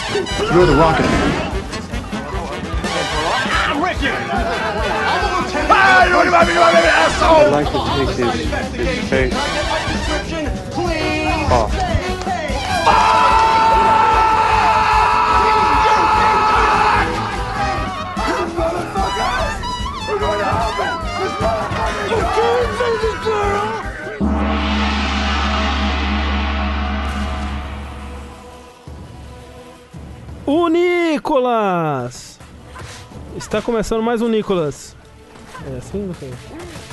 You're the Rocket Man. I'd like to take his face off. O Nicolas! Está começando mais um Nicolas. É assim, não sei.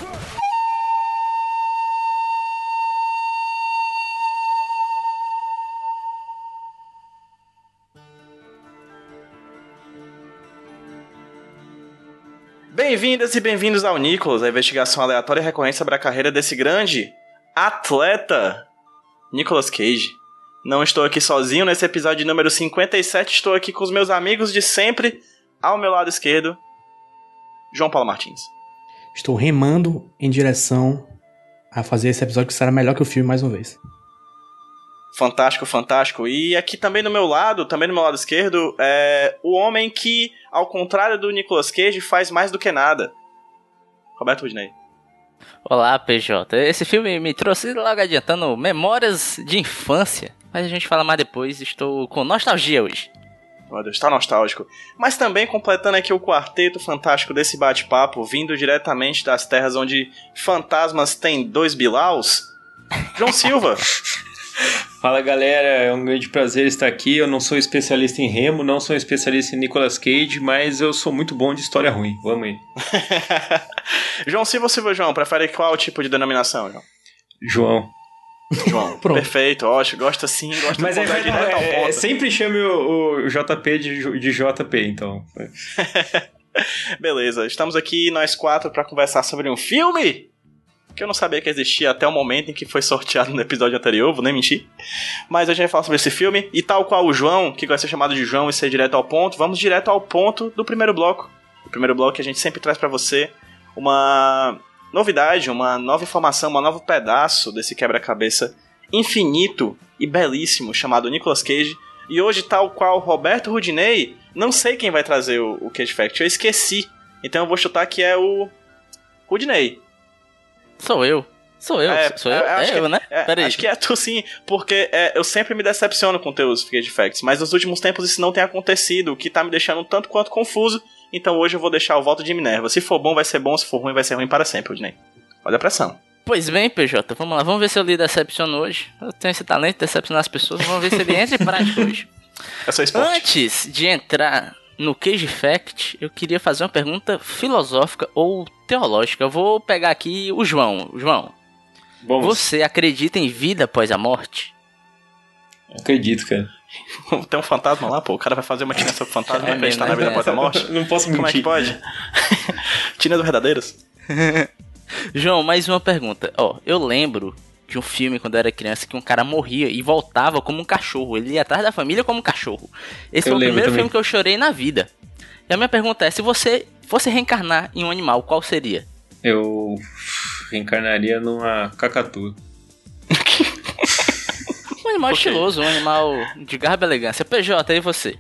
Bem-vindas e bem-vindos ao Nicolas, a investigação aleatória e recorrente sobre a carreira desse grande atleta, Nicolas Cage. Não estou aqui sozinho nesse episódio número 57, estou aqui com os meus amigos de sempre. Ao meu lado esquerdo, João Paulo Martins. Estou remando em direção a fazer esse episódio que será melhor que o filme mais uma vez. Fantástico, fantástico. E aqui também do meu lado esquerdo, é o homem que, ao contrário do Nicolas Cage, faz mais do que nada. Roberto Rudinei. Olá, PJ. Esse filme me trouxe logo adiantando memórias de infância. Mas a gente fala mais depois, estou com nostalgia hoje. Meu Deus, tá nostálgico. Mas também completando aqui o quarteto fantástico desse bate-papo, vindo diretamente das terras onde fantasmas têm 2 bilaus, João Silva. Fala galera, é um grande prazer estar aqui. Eu não sou especialista em remo, não sou especialista em Nicolas Cage, mas eu sou muito bom de história ruim. Vamos aí. João Silva, João, prefere qual tipo de denominação, João? João, perfeito, ótimo, gosta sim, gosta mas de direto ao ponto. Sempre chame o JP de JP, então. Beleza, estamos aqui nós 4 para conversar sobre um filme que eu não sabia que existia até o momento em que foi sorteado no episódio anterior, vou nem mentir. Mas a gente vai falar sobre esse filme, e tal qual o João, que vai ser chamado de João e ser direto ao ponto, vamos direto ao ponto do primeiro bloco. O primeiro bloco que a gente sempre traz para você uma novidade, uma nova informação, um novo pedaço desse quebra-cabeça infinito e belíssimo chamado Nicolas Cage. E hoje, tal qual Roberto Rudinei, não sei quem vai trazer o Cage Fact, eu esqueci. Então eu vou chutar que é o Rudinei. Sou eu, né? Peraí. Acho que é tu sim, porque eu sempre me decepciono com teus Cage Facts, mas nos últimos tempos isso não tem acontecido, o que tá me deixando um tanto quanto confuso. Então hoje eu vou deixar o voto de Minerva. Se for bom, se for ruim, vai ser ruim para sempre, Rudinei. Olha a pressão. Pois bem, PJ, vamos lá, vamos ver se eu lhe decepciono hoje. Eu tenho esse talento de decepcionar as pessoas, vamos ver se ele entra em prática hoje. É só esporte. Antes de entrar no Cage Fact, eu queria fazer uma pergunta filosófica ou teológica. Eu vou pegar aqui o João. João, você acredita em vida após a morte? Acredito, cara. Tem um fantasma lá, pô. O cara vai fazer uma tina sobre fantasma e acreditar na vida após a morte? Não posso mentir. Como é que pode? Tina do Verdadeiros? João, mais uma pergunta. Eu lembro de um filme quando eu era criança que um cara morria e voltava como um cachorro. Ele ia atrás da família como um cachorro. Esse foi o primeiro filme que eu chorei na vida. E a minha pergunta é, se você fosse reencarnar em um animal, qual seria? Eu reencarnaria numa cacatua. Um animal estiloso, um animal de garbo e elegância. PJ, e você?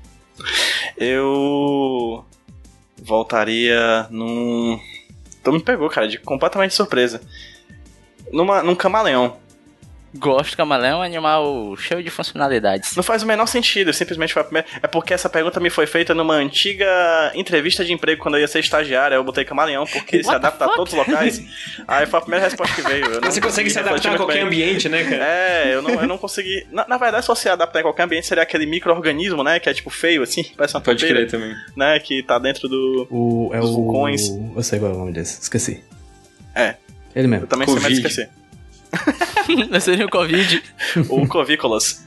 Eu voltaria num... Tu me pegou, cara, de completamente surpresa. Num camaleão. Gosto, camaleão é um animal cheio de funcionalidades. Não faz o menor sentido, simplesmente foi a primeira... É porque essa pergunta me foi feita numa antiga entrevista de emprego quando eu ia ser estagiário. Eu botei camaleão porque ele se adapta a todos os locais. Aí foi a primeira resposta que veio. Você consegue se adaptar a qualquer ambiente, né, cara? Eu não consegui... Na verdade, se você adaptar em qualquer ambiente, seria aquele micro-organismo, né? Que é tipo feio, assim, parece uma Pode pulpeira, crer também. Né, que tá dentro dos vulcões. Eu sei qual é o nome desse, esqueci. Ele mesmo. Eu também sei, mas esqueci. Seria o Covid. O Covícolas.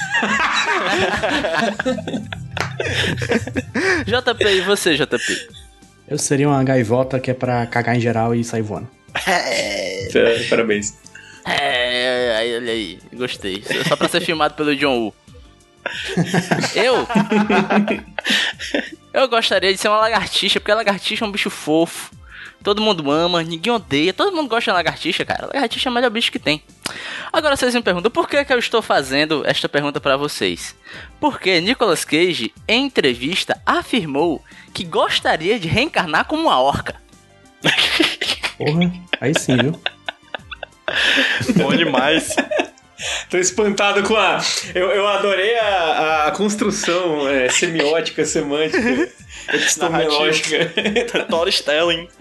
JP, e você, JP? Eu seria uma gaivota que é pra cagar em geral e sair voando. Parabéns. Olha aí, gostei. Só pra ser filmado pelo John Woo. Eu gostaria de ser uma lagartixa, porque a lagartixa é um bicho fofo. Todo mundo ama, ninguém odeia. Todo mundo gosta de lagartixa, cara. Lagartixa é o melhor bicho que tem. Agora vocês me perguntam, por que eu estou fazendo esta pergunta pra vocês? Porque Nicolas Cage, em entrevista, afirmou que gostaria de reencarnar como uma orca. Porra, aí sim, viu? Bom demais. Tô espantado com a... Eu adorei a construção semiótica, semântica, epistemológica. Storytelling.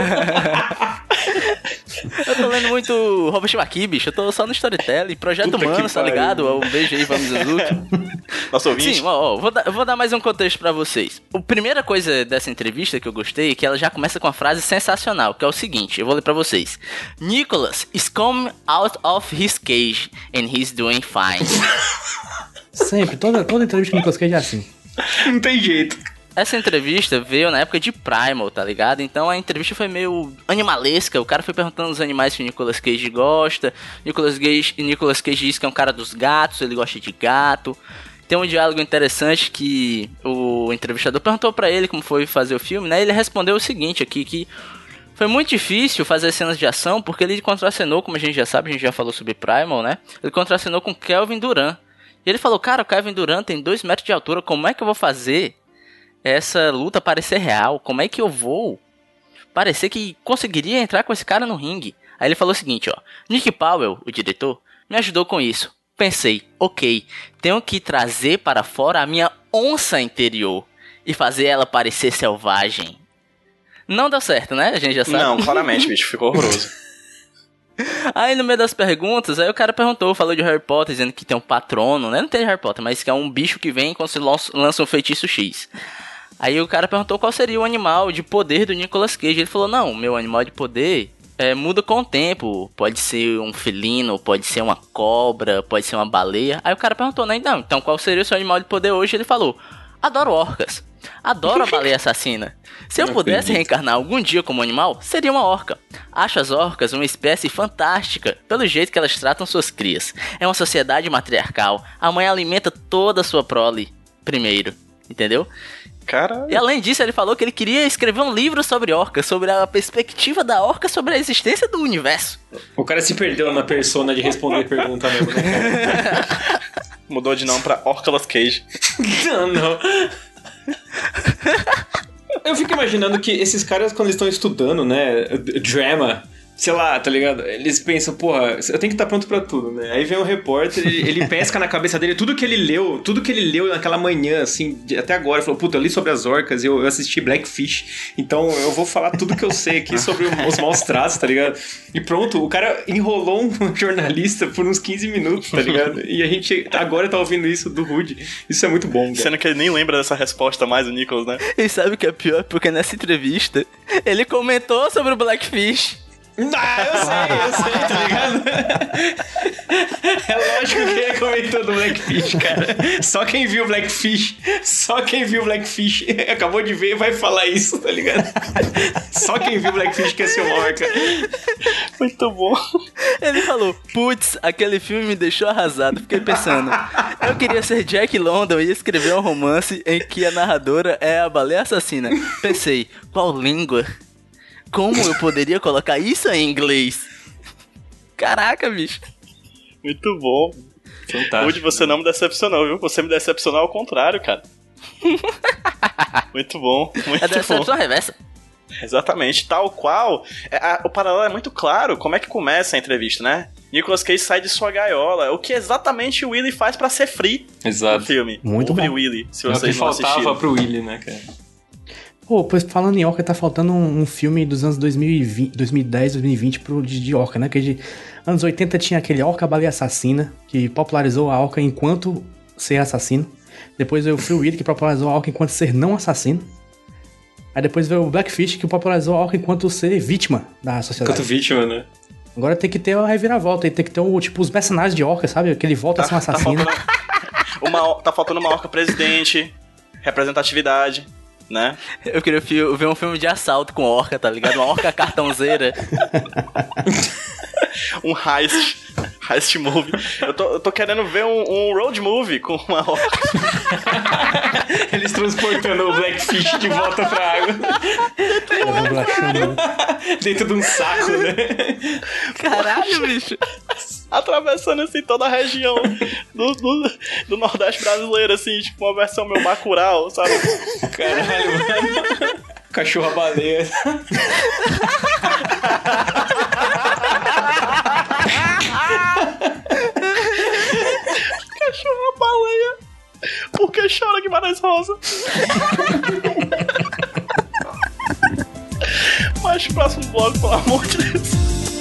Eu tô lendo muito Robert McKee, bicho. Eu tô só no Storytelling. Projeto Puta Humano, que tá pariu. ligado? Um beijo aí, vamos Azuki. Nosso ouvinte. Sim, ó, vou dar mais um contexto pra vocês. A primeira coisa dessa entrevista que eu gostei é que ela já começa com uma frase sensacional, que é o seguinte, eu vou ler pra vocês. Nicholas is come out of his cage and he's doing fine. Sempre, toda entrevista com o Nicolas Cage é assim. Não tem jeito. Essa entrevista veio na época de Primal, tá ligado? Então a entrevista foi meio animalesca. O cara foi perguntando os animais que o Nicolas Cage gosta. Nicolas Cage diz que é um cara dos gatos, ele gosta de gato. Tem um diálogo interessante que o entrevistador perguntou pra ele como foi fazer o filme, né? Ele respondeu o seguinte aqui, que foi muito difícil fazer cenas de ação, porque ele contracenou, como a gente já sabe, a gente já falou sobre Primal, né? Ele contracenou com Kelvin Durant. E ele falou, cara, o Kelvin Durant tem 2 metros de altura, como é que eu vou fazer essa luta parecer real? Como é que eu vou parecer que conseguiria entrar com esse cara no ringue? Aí ele falou o seguinte, ó. Nick Powell, o diretor, me ajudou com isso. Pensei, ok, tenho que trazer para fora a minha onça interior e fazer ela parecer selvagem. Não deu certo, né? A gente já sabe. Não, claramente, bicho, ficou horroroso. Aí no meio das perguntas, aí o cara perguntou, falou de Harry Potter, dizendo que tem um patrono, né? Não tem Harry Potter, mas que é um bicho que vem quando se lança um feitiço X. Aí o cara perguntou qual seria o animal de poder do Nicolas Cage. Ele falou, não, meu animal de poder muda com o tempo. Pode ser um felino, pode ser uma cobra, pode ser uma baleia. Aí o cara perguntou, né? Não, então qual seria o seu animal de poder hoje? Ele falou, adoro orcas. Adoro a baleia assassina. Se eu pudesse reencarnar algum dia como animal, seria uma orca. Acho as orcas uma espécie fantástica, pelo jeito que elas tratam suas crias. É uma sociedade matriarcal. A mãe alimenta toda a sua prole primeiro, entendeu? Cara... E além disso, ele falou que ele queria escrever um livro sobre orcas, sobre a perspectiva da orca sobre a existência do universo. O cara se perdeu na persona de responder pergunta mesmo, né? Mudou de nome pra Orcalas Cage. Não. Eu fico imaginando que esses caras, quando eles estão estudando, né, drama, sei lá, tá ligado? Eles pensam, porra, eu tenho que estar pronto pra tudo, né? Aí vem um repórter, ele pesca na cabeça dele tudo que ele leu naquela manhã, assim, até agora. Falou, puta, eu li sobre as orcas, eu assisti Blackfish, então eu vou falar tudo que eu sei aqui sobre os maus tratos, tá ligado? E pronto, o cara enrolou um jornalista por uns 15 minutos, tá ligado? E a gente agora tá ouvindo isso do Rude. Isso é muito bom, cara. Sendo que ele nem lembra dessa resposta mais, o Nicholas, né? E sabe o que é pior? Porque nessa entrevista, ele comentou sobre o Blackfish. Ah, eu sei, tá ligado? É lógico que ele comentou do Blackfish, cara. Só quem viu Blackfish acabou de ver e vai falar isso, tá ligado? Só quem viu Blackfish quer ser uma orca. Muito bom. Ele falou, putz, aquele filme me deixou arrasado. Fiquei pensando, eu queria ser Jack London e escrever um romance em que a narradora é a baleia assassina. Pensei, qual língua? Como eu poderia colocar isso em inglês? Caraca, bicho. Muito bom. Fantástico. Rude, você não me decepcionou, viu? Você me decepcionou ao contrário, cara. Muito bom, muito É decepção bom. reversa. Exatamente, tal qual. O paralelo é muito claro. Como é que começa a entrevista, né? Nicolas Cage sai de sua gaiola. O que exatamente o Willy faz pra ser free Exato. no filme. Muito Ouve bom. Willy, se É o que vocês não faltava assistiram. pro Willy, né, cara? Pô, pois falando em orca, tá faltando um filme dos anos 2020, 2010, 2020 de orca, né? Que de anos 80 tinha aquele Orca Baleia Assassina, que popularizou a orca enquanto ser assassino. Depois veio o Free Willy, que popularizou a orca enquanto ser não assassino. Aí depois veio o Blackfish, que popularizou a orca enquanto ser vítima da sociedade. Quanto vítima, né? Agora tem que ter a reviravolta, tem que ter os mercenários de orca, sabe? Que ele volta a ser um assassino. Tá faltando uma orca presidente, representatividade, né? Eu queria ver um filme de assalto com orca, tá ligado? Uma orca cartãozeira. Um heist movie. Eu tô querendo ver um road movie com uma orca. Eles transportando o Blackfish de volta pra água. Relaxando, né? Dentro de um saco, né? Caralho, bicho. atravessando assim toda a região do Nordeste brasileiro, assim, tipo uma versão meio Bacurau, sabe? Caralho, mano. Cachorro-baleia. Cachorro-baleia. Por que chora Guimarães Rosa? Mas próximo bloco, pelo amor de Deus.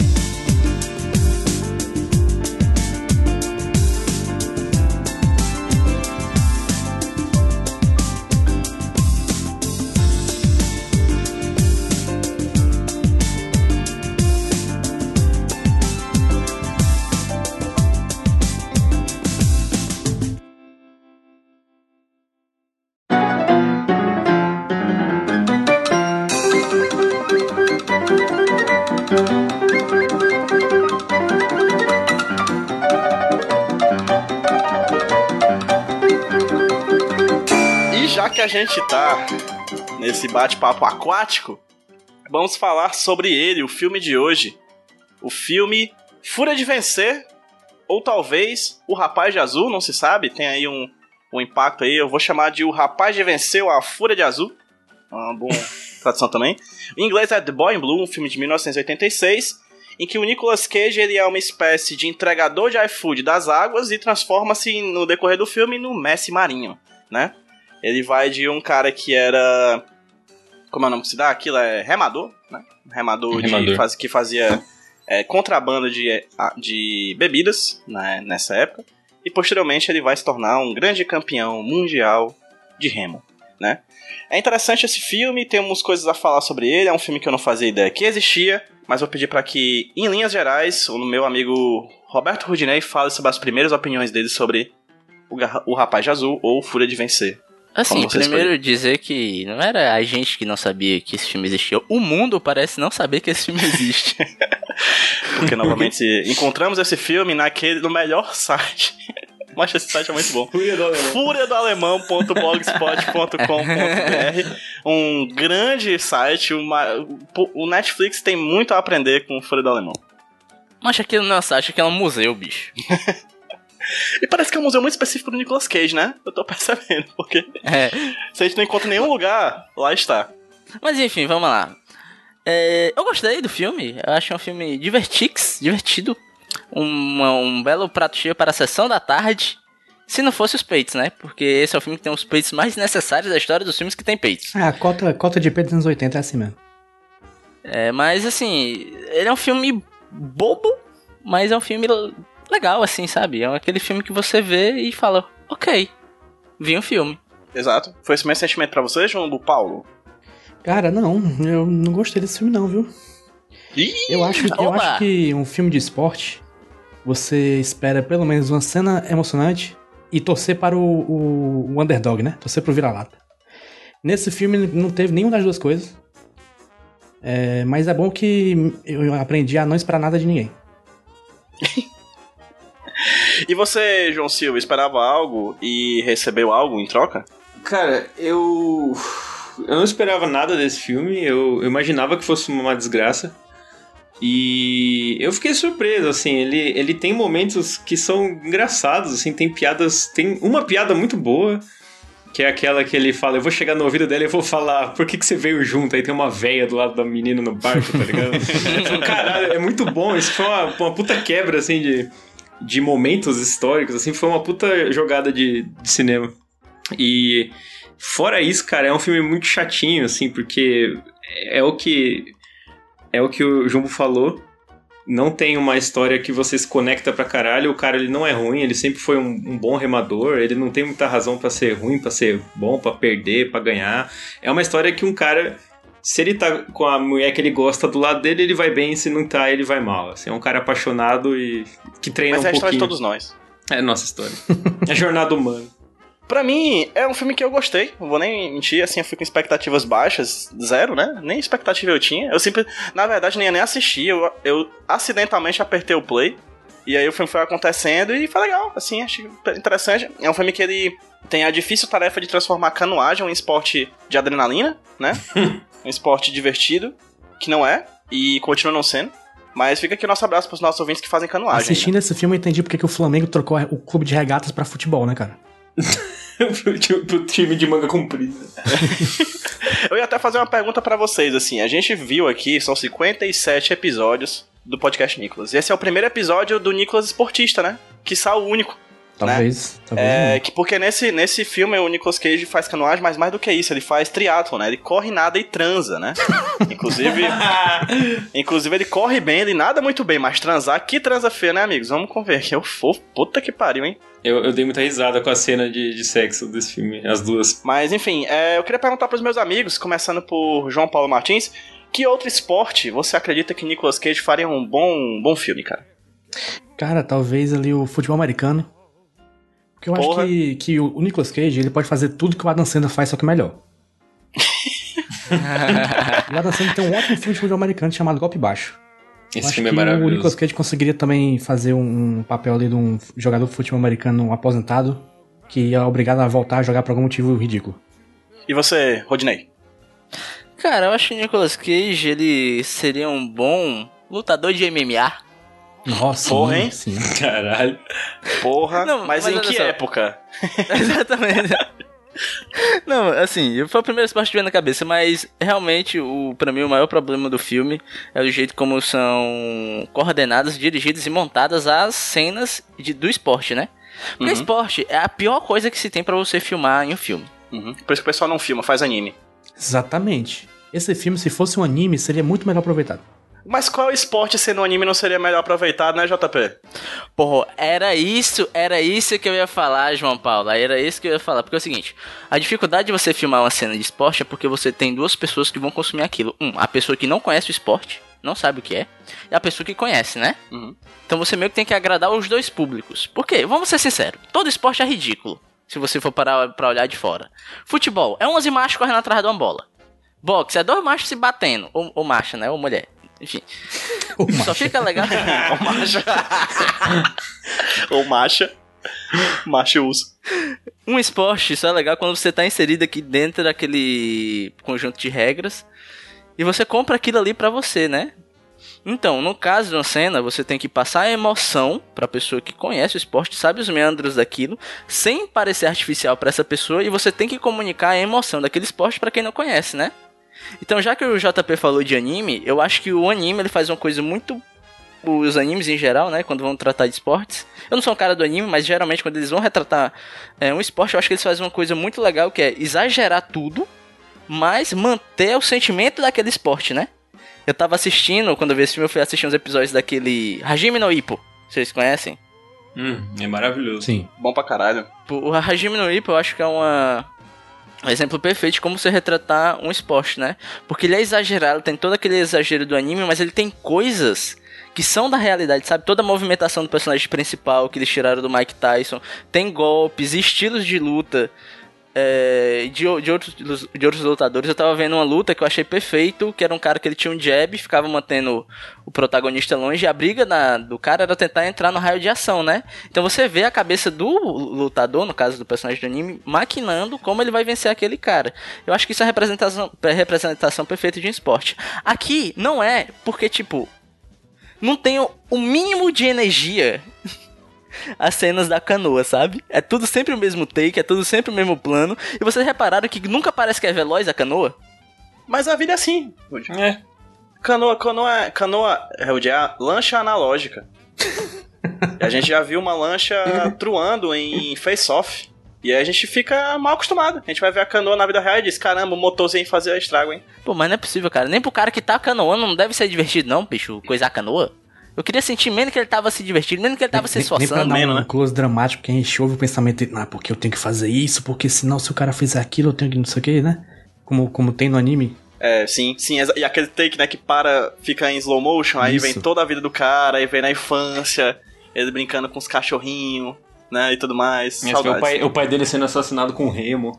Já que a gente tá nesse bate-papo aquático, vamos falar sobre ele, o filme de hoje. O filme Fúria de Vencer, ou talvez O Rapaz de Azul, não se sabe, tem aí um impacto aí. Eu vou chamar de O Rapaz de Vencer ou A Fúria de Azul. Uma boa tradução também. Em inglês é The Boy in Blue, um filme de 1986, em que o Nicolas Cage ele é uma espécie de entregador de iFood das águas e transforma-se no decorrer do filme no Messi Marinho, né? Ele vai de um cara que era... Como é o nome que se dá? Aquilo é remador, né? Remador. Que fazia contrabando de bebidas, né, nessa época. E posteriormente ele vai se tornar um grande campeão mundial de remo, né? É interessante esse filme, temos coisas a falar sobre ele. É um filme que eu não fazia ideia que existia, mas vou pedir para que, em linhas gerais, o meu amigo Roberto Rudinei fale sobre as primeiras opiniões dele sobre o Rapaz de Azul ou Fúria de Vencer. Assim, primeiro dizer que não era a gente que não sabia que esse filme existia. O mundo parece não saber que esse filme existe. Porque, novamente, encontramos esse filme no melhor site. Mas esse site é muito bom. furiadoalemão.blogspot.com.br. Um grande site. O Netflix tem muito a aprender com o Fúria do Alemão. Mas aquilo não é um site, aquilo é um museu, bicho. E parece que é um museu muito específico do Nicolas Cage, né? Eu tô percebendo, porque se a gente não encontra em nenhum lugar, lá está. Mas enfim, vamos lá. Eu gostei do filme, eu acho um filme divertido. Um belo prato cheio para a sessão da tarde. Se não fosse os peitos, né? Porque esse é o filme que tem os peitos mais necessários da história dos filmes que tem peitos. A cota de peitos dos anos 80 é assim mesmo. Mas assim, ele é um filme bobo, mas é um filme legal, assim, sabe? É aquele filme que você vê e fala, ok, vi um filme. Exato. Foi esse mesmo sentimento pra você, João do Paulo? Cara, não. Eu não gostei desse filme não, viu? Eu acho que um filme de esporte, você espera pelo menos uma cena emocionante e torcer para o underdog, né? Torcer pro vira-lata. Nesse filme não teve nenhuma das duas coisas. Mas é bom que eu aprendi a não esperar nada de ninguém. E você, João Silva, esperava algo e recebeu algo em troca? Cara, eu não esperava nada desse filme. Eu imaginava que fosse uma desgraça. E eu fiquei surpreso, assim. Ele tem momentos que são engraçados, assim. Tem uma piada muito boa, que é aquela que ele fala, eu vou chegar no ouvido dela e vou falar, por que você veio junto? Aí tem uma véia do lado da menina no barco, tá ligado? Caralho, é muito bom. Isso foi uma puta quebra, assim, de momentos históricos, assim. Foi uma puta jogada de cinema. E fora isso, cara, é um filme muito chatinho, assim, porque é o que o Jumbo falou. Não tem uma história que você se conecta pra caralho. O cara, ele não é ruim, ele sempre foi um bom remador. Ele não tem muita razão pra ser ruim, pra ser bom, pra perder, pra ganhar. É uma história que um cara, se ele tá com a mulher que ele gosta do lado dele, ele vai bem, se não tá, ele vai mal. Assim, é um cara apaixonado e que treina um pouquinho. Mas é a história de todos nós. É a nossa história. É a jornada humana. Pra mim, é um filme que eu gostei, não vou nem mentir, assim, eu fui com expectativas baixas, zero, né? Nem expectativa eu tinha. Eu sempre, na verdade, nem assisti, eu acidentalmente apertei o play, e aí o filme foi acontecendo e foi legal, assim, achei interessante. É um filme que ele tem a difícil tarefa de transformar a canoagem em um esporte de adrenalina, né? Um esporte divertido, que não é, e continua não sendo. Mas fica aqui o nosso abraço pros nossos ouvintes que fazem canoagem. Assistindo esse filme eu entendi porque que o Flamengo trocou o clube de regatas pra futebol, né, cara? pro time de manga comprida. Eu ia até fazer uma pergunta pra vocês, assim. A gente viu aqui, são 57 episódios do podcast Nicolas. E esse é o primeiro episódio do Nicolas esportista, né? Que sai o único. Talvez. Porque nesse filme o Nicolas Cage faz canoagem, mas mais do que isso, ele faz triatlon, né? Ele corre, nada e transa, né? Inclusive ele corre bem, ele nada muito bem, mas transar, que transa feia, né, amigos? Vamos converter. Puta que pariu, hein? Eu dei muita risada com a cena de sexo desse filme, as duas. Mas enfim, eu queria perguntar pros meus amigos, começando por João Paulo Martins, que outro esporte você acredita que Nicolas Cage faria um bom filme, cara? Cara, talvez ali o futebol americano. Porque eu acho que o Nicolas Cage, ele pode fazer tudo que o Adam Sandler faz, só que melhor. O Adam Sandler tem um ótimo filme de futebol americano chamado Golpe Baixo. Esse filme é maravilhoso. O Nicolas Cage conseguiria também fazer um papel ali de um jogador de futebol americano aposentado que é obrigado a voltar a jogar por algum motivo ridículo. E você, Rodney? Cara, eu acho que o Nicolas Cage, ele seria um bom lutador de MMA. Nossa, porra, hein? Sim. Caralho. Porra, não, mas em que época? Exatamente. Não, assim, foi o primeiro esporte que veio na cabeça, mas realmente, pra mim, o maior problema do filme é o jeito como são coordenadas, dirigidas e montadas as cenas do esporte, né? Porque esporte é a pior coisa que se tem pra você filmar em um filme. Por isso que o pessoal não filma, faz anime. Exatamente. Esse filme, se fosse um anime, seria muito melhor aproveitado. Mas qual esporte sendo um anime não seria melhor aproveitado, né, JP? Porra, era isso que eu ia falar, João Paulo. Era isso que eu ia falar. Porque é o seguinte, a dificuldade de você filmar uma cena de esporte é porque você tem duas pessoas que vão consumir aquilo. A pessoa que não conhece o esporte, não sabe o que é, e a pessoa que conhece, né? Então você meio que tem que agradar os dois públicos. Por quê? Vamos ser sinceros, todo esporte é ridículo, se você for parar pra olhar de fora. Futebol, é 11 machos correndo atrás de uma bola. Boxe, é 2 machos se batendo, ou macha, né, ou mulher. Enfim, só fica legal. Ou macha. Ou macha. Macho uso. Um esporte só é legal quando você tá inserido aqui dentro daquele conjunto de regras e você compra aquilo ali pra você, né? Então, no caso de uma cena, você tem que passar a emoção pra pessoa que conhece o esporte, sabe os meandros daquilo, sem parecer artificial pra essa pessoa, e você tem que comunicar a emoção daquele esporte pra quem não conhece, né? Então, já que o JP falou de anime, eu acho que o anime ele faz uma coisa muito... Os animes em geral, né, quando vão tratar de esportes. Eu não sou um cara do anime, mas geralmente quando eles vão retratar um esporte, eu acho que eles fazem uma coisa muito legal, que é exagerar tudo, mas manter o sentimento daquele esporte, né? Eu tava assistindo, quando eu vi esse filme, eu fui assistir uns episódios daquele Hajime no Ippo. Vocês conhecem? É maravilhoso. Sim. Bom pra caralho. O Hajime no Ippo eu acho que é um exemplo perfeito de como você retratar um esporte, né? Porque ele é exagerado, tem todo aquele exagero do anime, mas ele tem coisas que são da realidade, sabe? Toda a movimentação do personagem principal que eles tiraram do Mike Tyson, tem golpes e estilos de luta de outros lutadores. Eu tava vendo uma luta que eu achei perfeito, que era um cara que ele tinha um jab, ficava mantendo o protagonista longe, e a briga do cara era tentar entrar no raio de ação, né? Então você vê a cabeça do lutador, no caso do personagem do anime, maquinando como ele vai vencer aquele cara. Eu acho que isso é a representação perfeita de um esporte. Aqui não é, porque tipo, não tem o mínimo de energia as cenas da canoa, sabe? É tudo sempre o mesmo take, é tudo sempre o mesmo plano. E vocês repararam que nunca parece que é veloz a canoa? Mas a vida é assim. Canoa é lancha analógica. A gente já viu uma lancha truando em face-off. E aí a gente fica mal acostumado. A gente vai ver a canoa na vida real e diz, caramba, o motorzinho fazia estrago, hein? Pô, mas não é possível, cara. Nem pro cara que tá canoando não deve ser divertido não, bicho, coisar a canoa. Eu queria sentir menos que ele tava se divertindo, menos que ele tava se esforçando. Nem pra dar um close dramático que a gente ouve o pensamento de, porque eu tenho que fazer isso, porque senão se o cara fizer aquilo eu tenho que não sei o que, né? Como tem no anime. Sim. E aquele take, né, que fica em slow motion, aí vem toda a vida do cara, aí vem na infância, ele brincando com os cachorrinhos, né, e tudo mais. O pai dele sendo assassinado com remo.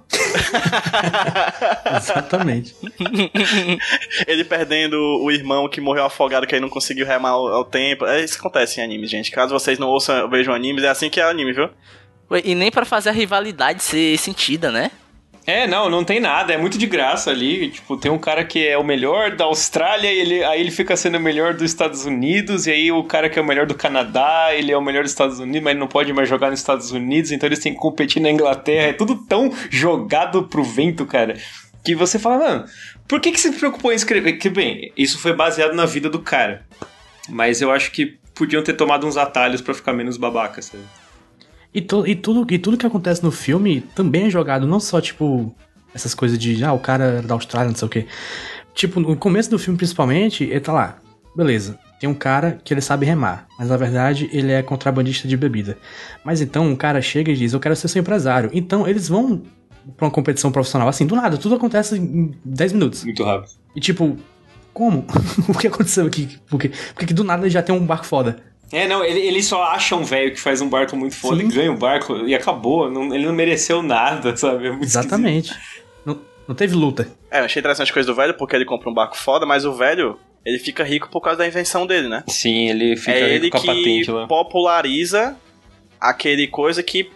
Exatamente. Ele perdendo o irmão que morreu afogado, que aí não conseguiu remar ao tempo. Isso acontece em animes, gente. Caso vocês não vejam animes, é assim que é anime, viu? E nem pra fazer a rivalidade ser sentida, né? Não tem nada, é muito de graça ali. Tipo, tem um cara que é o melhor da Austrália, aí ele fica sendo o melhor dos Estados Unidos, e aí o cara que é o melhor do Canadá, ele é o melhor dos Estados Unidos, mas ele não pode mais jogar nos Estados Unidos, então eles têm que competir na Inglaterra. É tudo tão jogado pro vento, cara, que você fala, mano, por que você se preocupou em escrever? Que bem, isso foi baseado na vida do cara, mas eu acho que podiam ter tomado uns atalhos pra ficar menos babaca, sabe? E tudo que acontece no filme também é jogado, não só, tipo, essas coisas de, o cara da Austrália, não sei o quê. Tipo, no começo do filme, principalmente, ele tá lá, beleza, tem um cara que ele sabe remar, mas na verdade ele é contrabandista de bebida. Mas então um cara chega e diz, eu quero ser seu empresário. Então eles vão pra uma competição profissional, assim, do nada, tudo acontece em 10 minutos. Muito rápido. E tipo, como? O que aconteceu aqui? Por que do nada ele já tem um barco foda? Ele só acha um velho que faz um barco muito foda e ganha o barco e acabou. Ele não mereceu nada, sabe? É muito exatamente. Não teve luta. Eu achei interessante a coisa do velho, porque ele compra um barco foda, mas o velho, ele fica rico por causa da invenção dele, né? Sim, ele fica rico com a patente lá. Ele que populariza aquele coisa que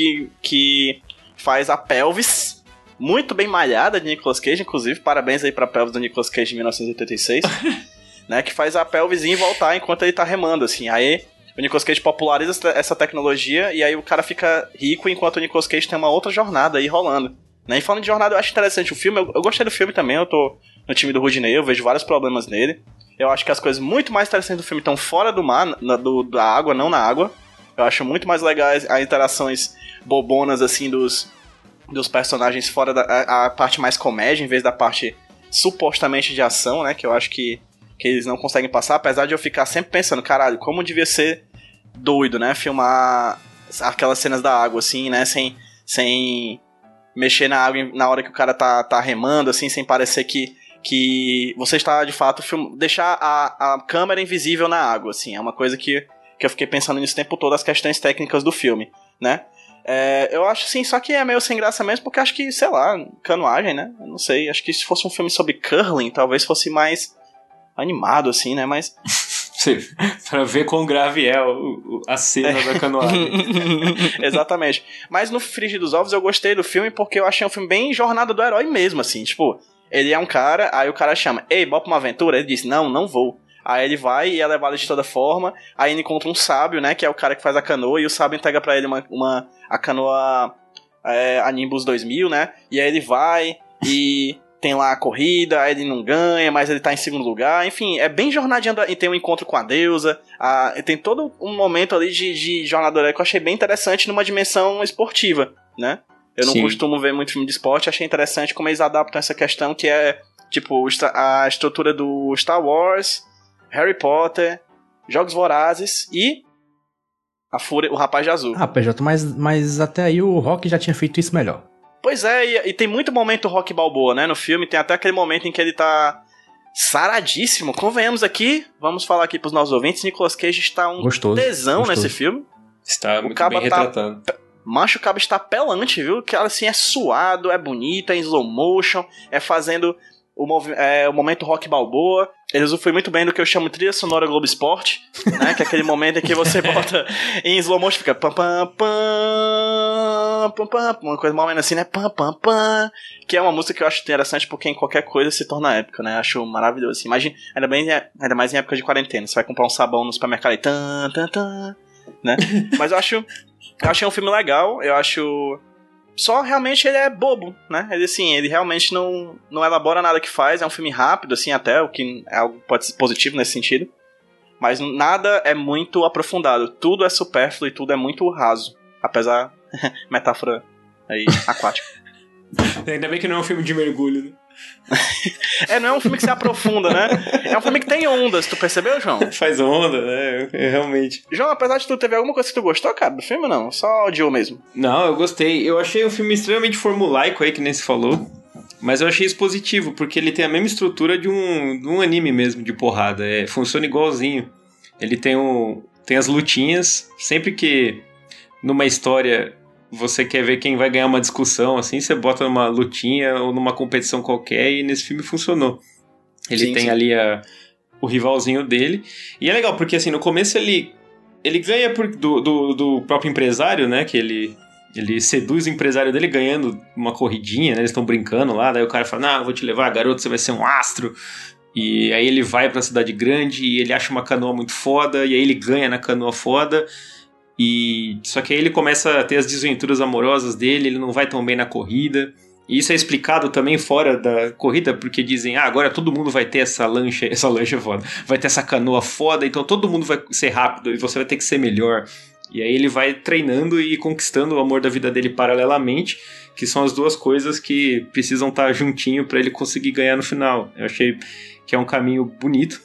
faz a pelvis muito bem malhada de Nicolas Cage, inclusive. Parabéns aí pra pelvis do Nicolas Cage de 1986. Né, que faz a pelvisinha voltar enquanto ele tá remando, assim. Aí o Nicolas Cage populariza essa tecnologia e aí o cara fica rico enquanto o Nicolas Cage tem uma outra jornada aí rolando. Né? E falando de jornada, eu acho interessante o filme. Eu gostei do filme também, eu tô no time do Rudinei, eu vejo vários problemas nele. Eu acho que as coisas muito mais interessantes do filme estão fora do mar, da água, não na água. Eu acho muito mais legais as interações bobonas, assim, dos personagens fora a parte mais comédia, em vez da parte supostamente de ação, né, que eu acho que eles não conseguem passar, apesar de eu ficar sempre pensando, caralho, como devia ser doido, né, filmar aquelas cenas da água, assim, né, sem mexer na água na hora que o cara tá remando, assim, sem parecer que você está, de fato, deixar a câmera invisível na água, assim, é uma coisa que eu fiquei pensando nisso o tempo todo, as questões técnicas do filme, né. Eu acho, sim, só que é meio sem graça mesmo, porque acho que, sei lá, canoagem, né, eu não sei, acho que se fosse um filme sobre curling, talvez fosse mais animado, assim, né, mas... Pra ver quão grave é a cena da canoagem. Exatamente. Mas no Frigir dos Ovos eu gostei do filme porque eu achei um filme bem jornada do herói mesmo, assim, tipo, ele é um cara, aí o cara chama, ei, bora pra uma aventura? Ele diz, não vou. Aí ele vai e é levado de toda forma, aí ele encontra um sábio, né, que é o cara que faz a canoa, e o sábio entrega pra ele a canoa a Nimbus 2000, né, e aí ele vai e... tem lá a corrida, aí ele não ganha, mas ele tá em segundo lugar, enfim, é bem jornadinha, e tem um encontro com a deusa, tem todo um momento ali de jornada heróica que eu achei bem interessante numa dimensão esportiva, né? Eu não costumo ver muito filme de esporte, achei interessante como eles adaptam essa questão que é, tipo, a estrutura do Star Wars, Harry Potter, Jogos Vorazes e o Rapaz de Azul. PJ, mas até aí o Rock já tinha feito isso melhor. Pois é, e tem muito momento Rock Balboa, né, no filme, tem até aquele momento em que ele tá saradíssimo, convenhamos aqui, vamos falar aqui pros nossos ouvintes, Nicolas Cage está tesão nesse filme. Está muito bem retratado. Macho, o cabo está pelante, viu, que assim, é suado, é bonito, é em slow motion, é fazendo o momento Rock Balboa. Ele usufrui muito bem do que eu chamo trilha sonora Globo Esporte, né? Que é aquele momento em que você bota em slow motion, fica pam pam pam pam pam, uma coisa mais ou menos assim, né? Pam pam pam, que é uma música que eu acho interessante porque em qualquer coisa se torna épica, né? Acho maravilhoso. Assim. Imagina, ainda mais em época de quarentena, você vai comprar um sabão no supermercado e tan tan tan, né? Mas eu achei um filme legal, eu acho. Só realmente ele é bobo, né? Ele realmente não elabora nada que faz, é um filme rápido, assim, até, o que é algo pode ser positivo nesse sentido. Mas nada é muito aprofundado, tudo é supérfluo e tudo é muito raso. Apesar, metáfora aí, aquática. Ainda bem que não é um filme de mergulho, né? Não é um filme que se aprofunda, né? É um filme que tem ondas, tu percebeu, João? Faz onda, né? Realmente. João, apesar de tu, teve alguma coisa que tu gostou, cara, do filme ou não? Só odiou mesmo? Não, eu gostei. Eu achei um filme extremamente formulaico aí, que nem se falou. Mas eu achei isso positivo, porque ele tem a mesma estrutura de um anime mesmo, de porrada. Funciona igualzinho. Ele tem as lutinhas. Sempre que numa história você quer ver quem vai ganhar uma discussão, assim, você bota numa lutinha ou numa competição qualquer, e nesse filme funcionou. Ele tem ali o rivalzinho dele. E é legal, porque assim, no começo ele ganha do próprio empresário, né, que ele Ele seduz o empresário dele ganhando uma corridinha, né? Eles estão brincando lá, daí o cara fala, não, eu vou te levar, garoto, você vai ser um astro. E aí ele vai pra cidade grande e ele acha uma canoa muito foda, e aí ele ganha na canoa foda. Só que aí ele começa a ter as desventuras amorosas dele, ele não vai tão bem na corrida. E isso é explicado também fora da corrida, porque dizem, agora todo mundo vai ter essa lancha foda, vai ter essa canoa foda, então todo mundo vai ser rápido e você vai ter que ser melhor. E aí ele vai treinando e conquistando o amor da vida dele paralelamente, que são as duas coisas que precisam estar juntinho pra ele conseguir ganhar no final. Eu achei que é um caminho bonito.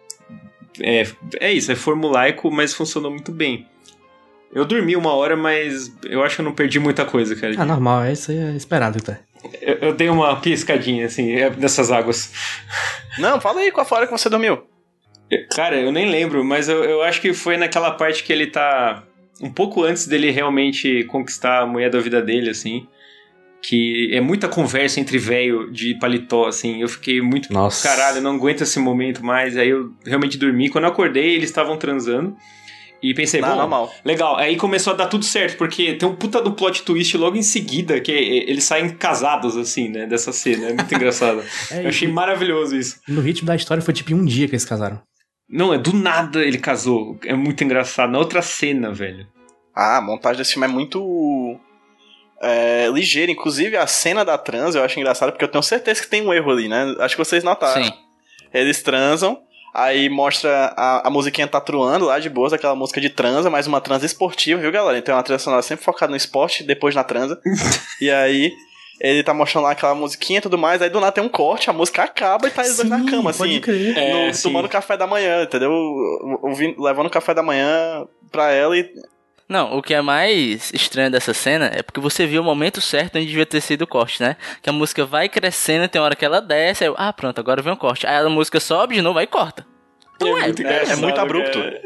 É isso, é formulaico, mas funcionou muito bem. Eu dormi 1 hora, mas eu acho que eu não perdi muita coisa, cara. Normal, isso aí é esperado, tá? Eu dei uma piscadinha, assim, nessas águas. Não, fala aí qual foi a hora que você dormiu. Cara, eu nem lembro, mas eu acho que foi naquela parte que ele tá um pouco antes dele realmente conquistar a mulher da vida dele, assim. Que é muita conversa entre velho de paletó, assim. Eu fiquei muito... Nossa. Caralho, eu não aguento esse momento mais. Aí eu realmente dormi. Quando eu acordei, eles estavam transando. E pensei, bom, normal. Legal. Aí começou a dar tudo certo, porque tem um puta do plot twist logo em seguida, que eles saem casados, assim, né, dessa cena. É muito engraçado. Eu achei maravilhoso isso. No ritmo da história foi tipo em um dia que eles casaram. Não, é do nada ele casou. É muito engraçado. Na outra cena, velho. A montagem desse filme é muito ligeira. Inclusive, a cena da trans eu acho engraçada, porque eu tenho certeza que tem um erro ali, né? Acho que vocês notaram. Sim. Eles transam, aí mostra a musiquinha tatuando lá de boas, aquela música de transa, mas uma transa esportiva, viu, galera? Então é uma trilha sonora sempre focada no esporte, depois na transa. E aí ele tá mostrando lá aquela musiquinha e tudo mais, aí do nada tem um corte, a música acaba e tá eles dois na cama, assim. Pode crer. Tomando café da manhã, entendeu? Levando café da manhã pra ela e... Não, o que é mais estranho dessa cena é porque você viu o momento certo onde devia ter sido o corte, né? Que a música vai crescendo, tem uma hora que ela desce, aí pronto, agora vem o corte. Aí a música sobe de novo, aí corta. Então É muito abrupto. Cara.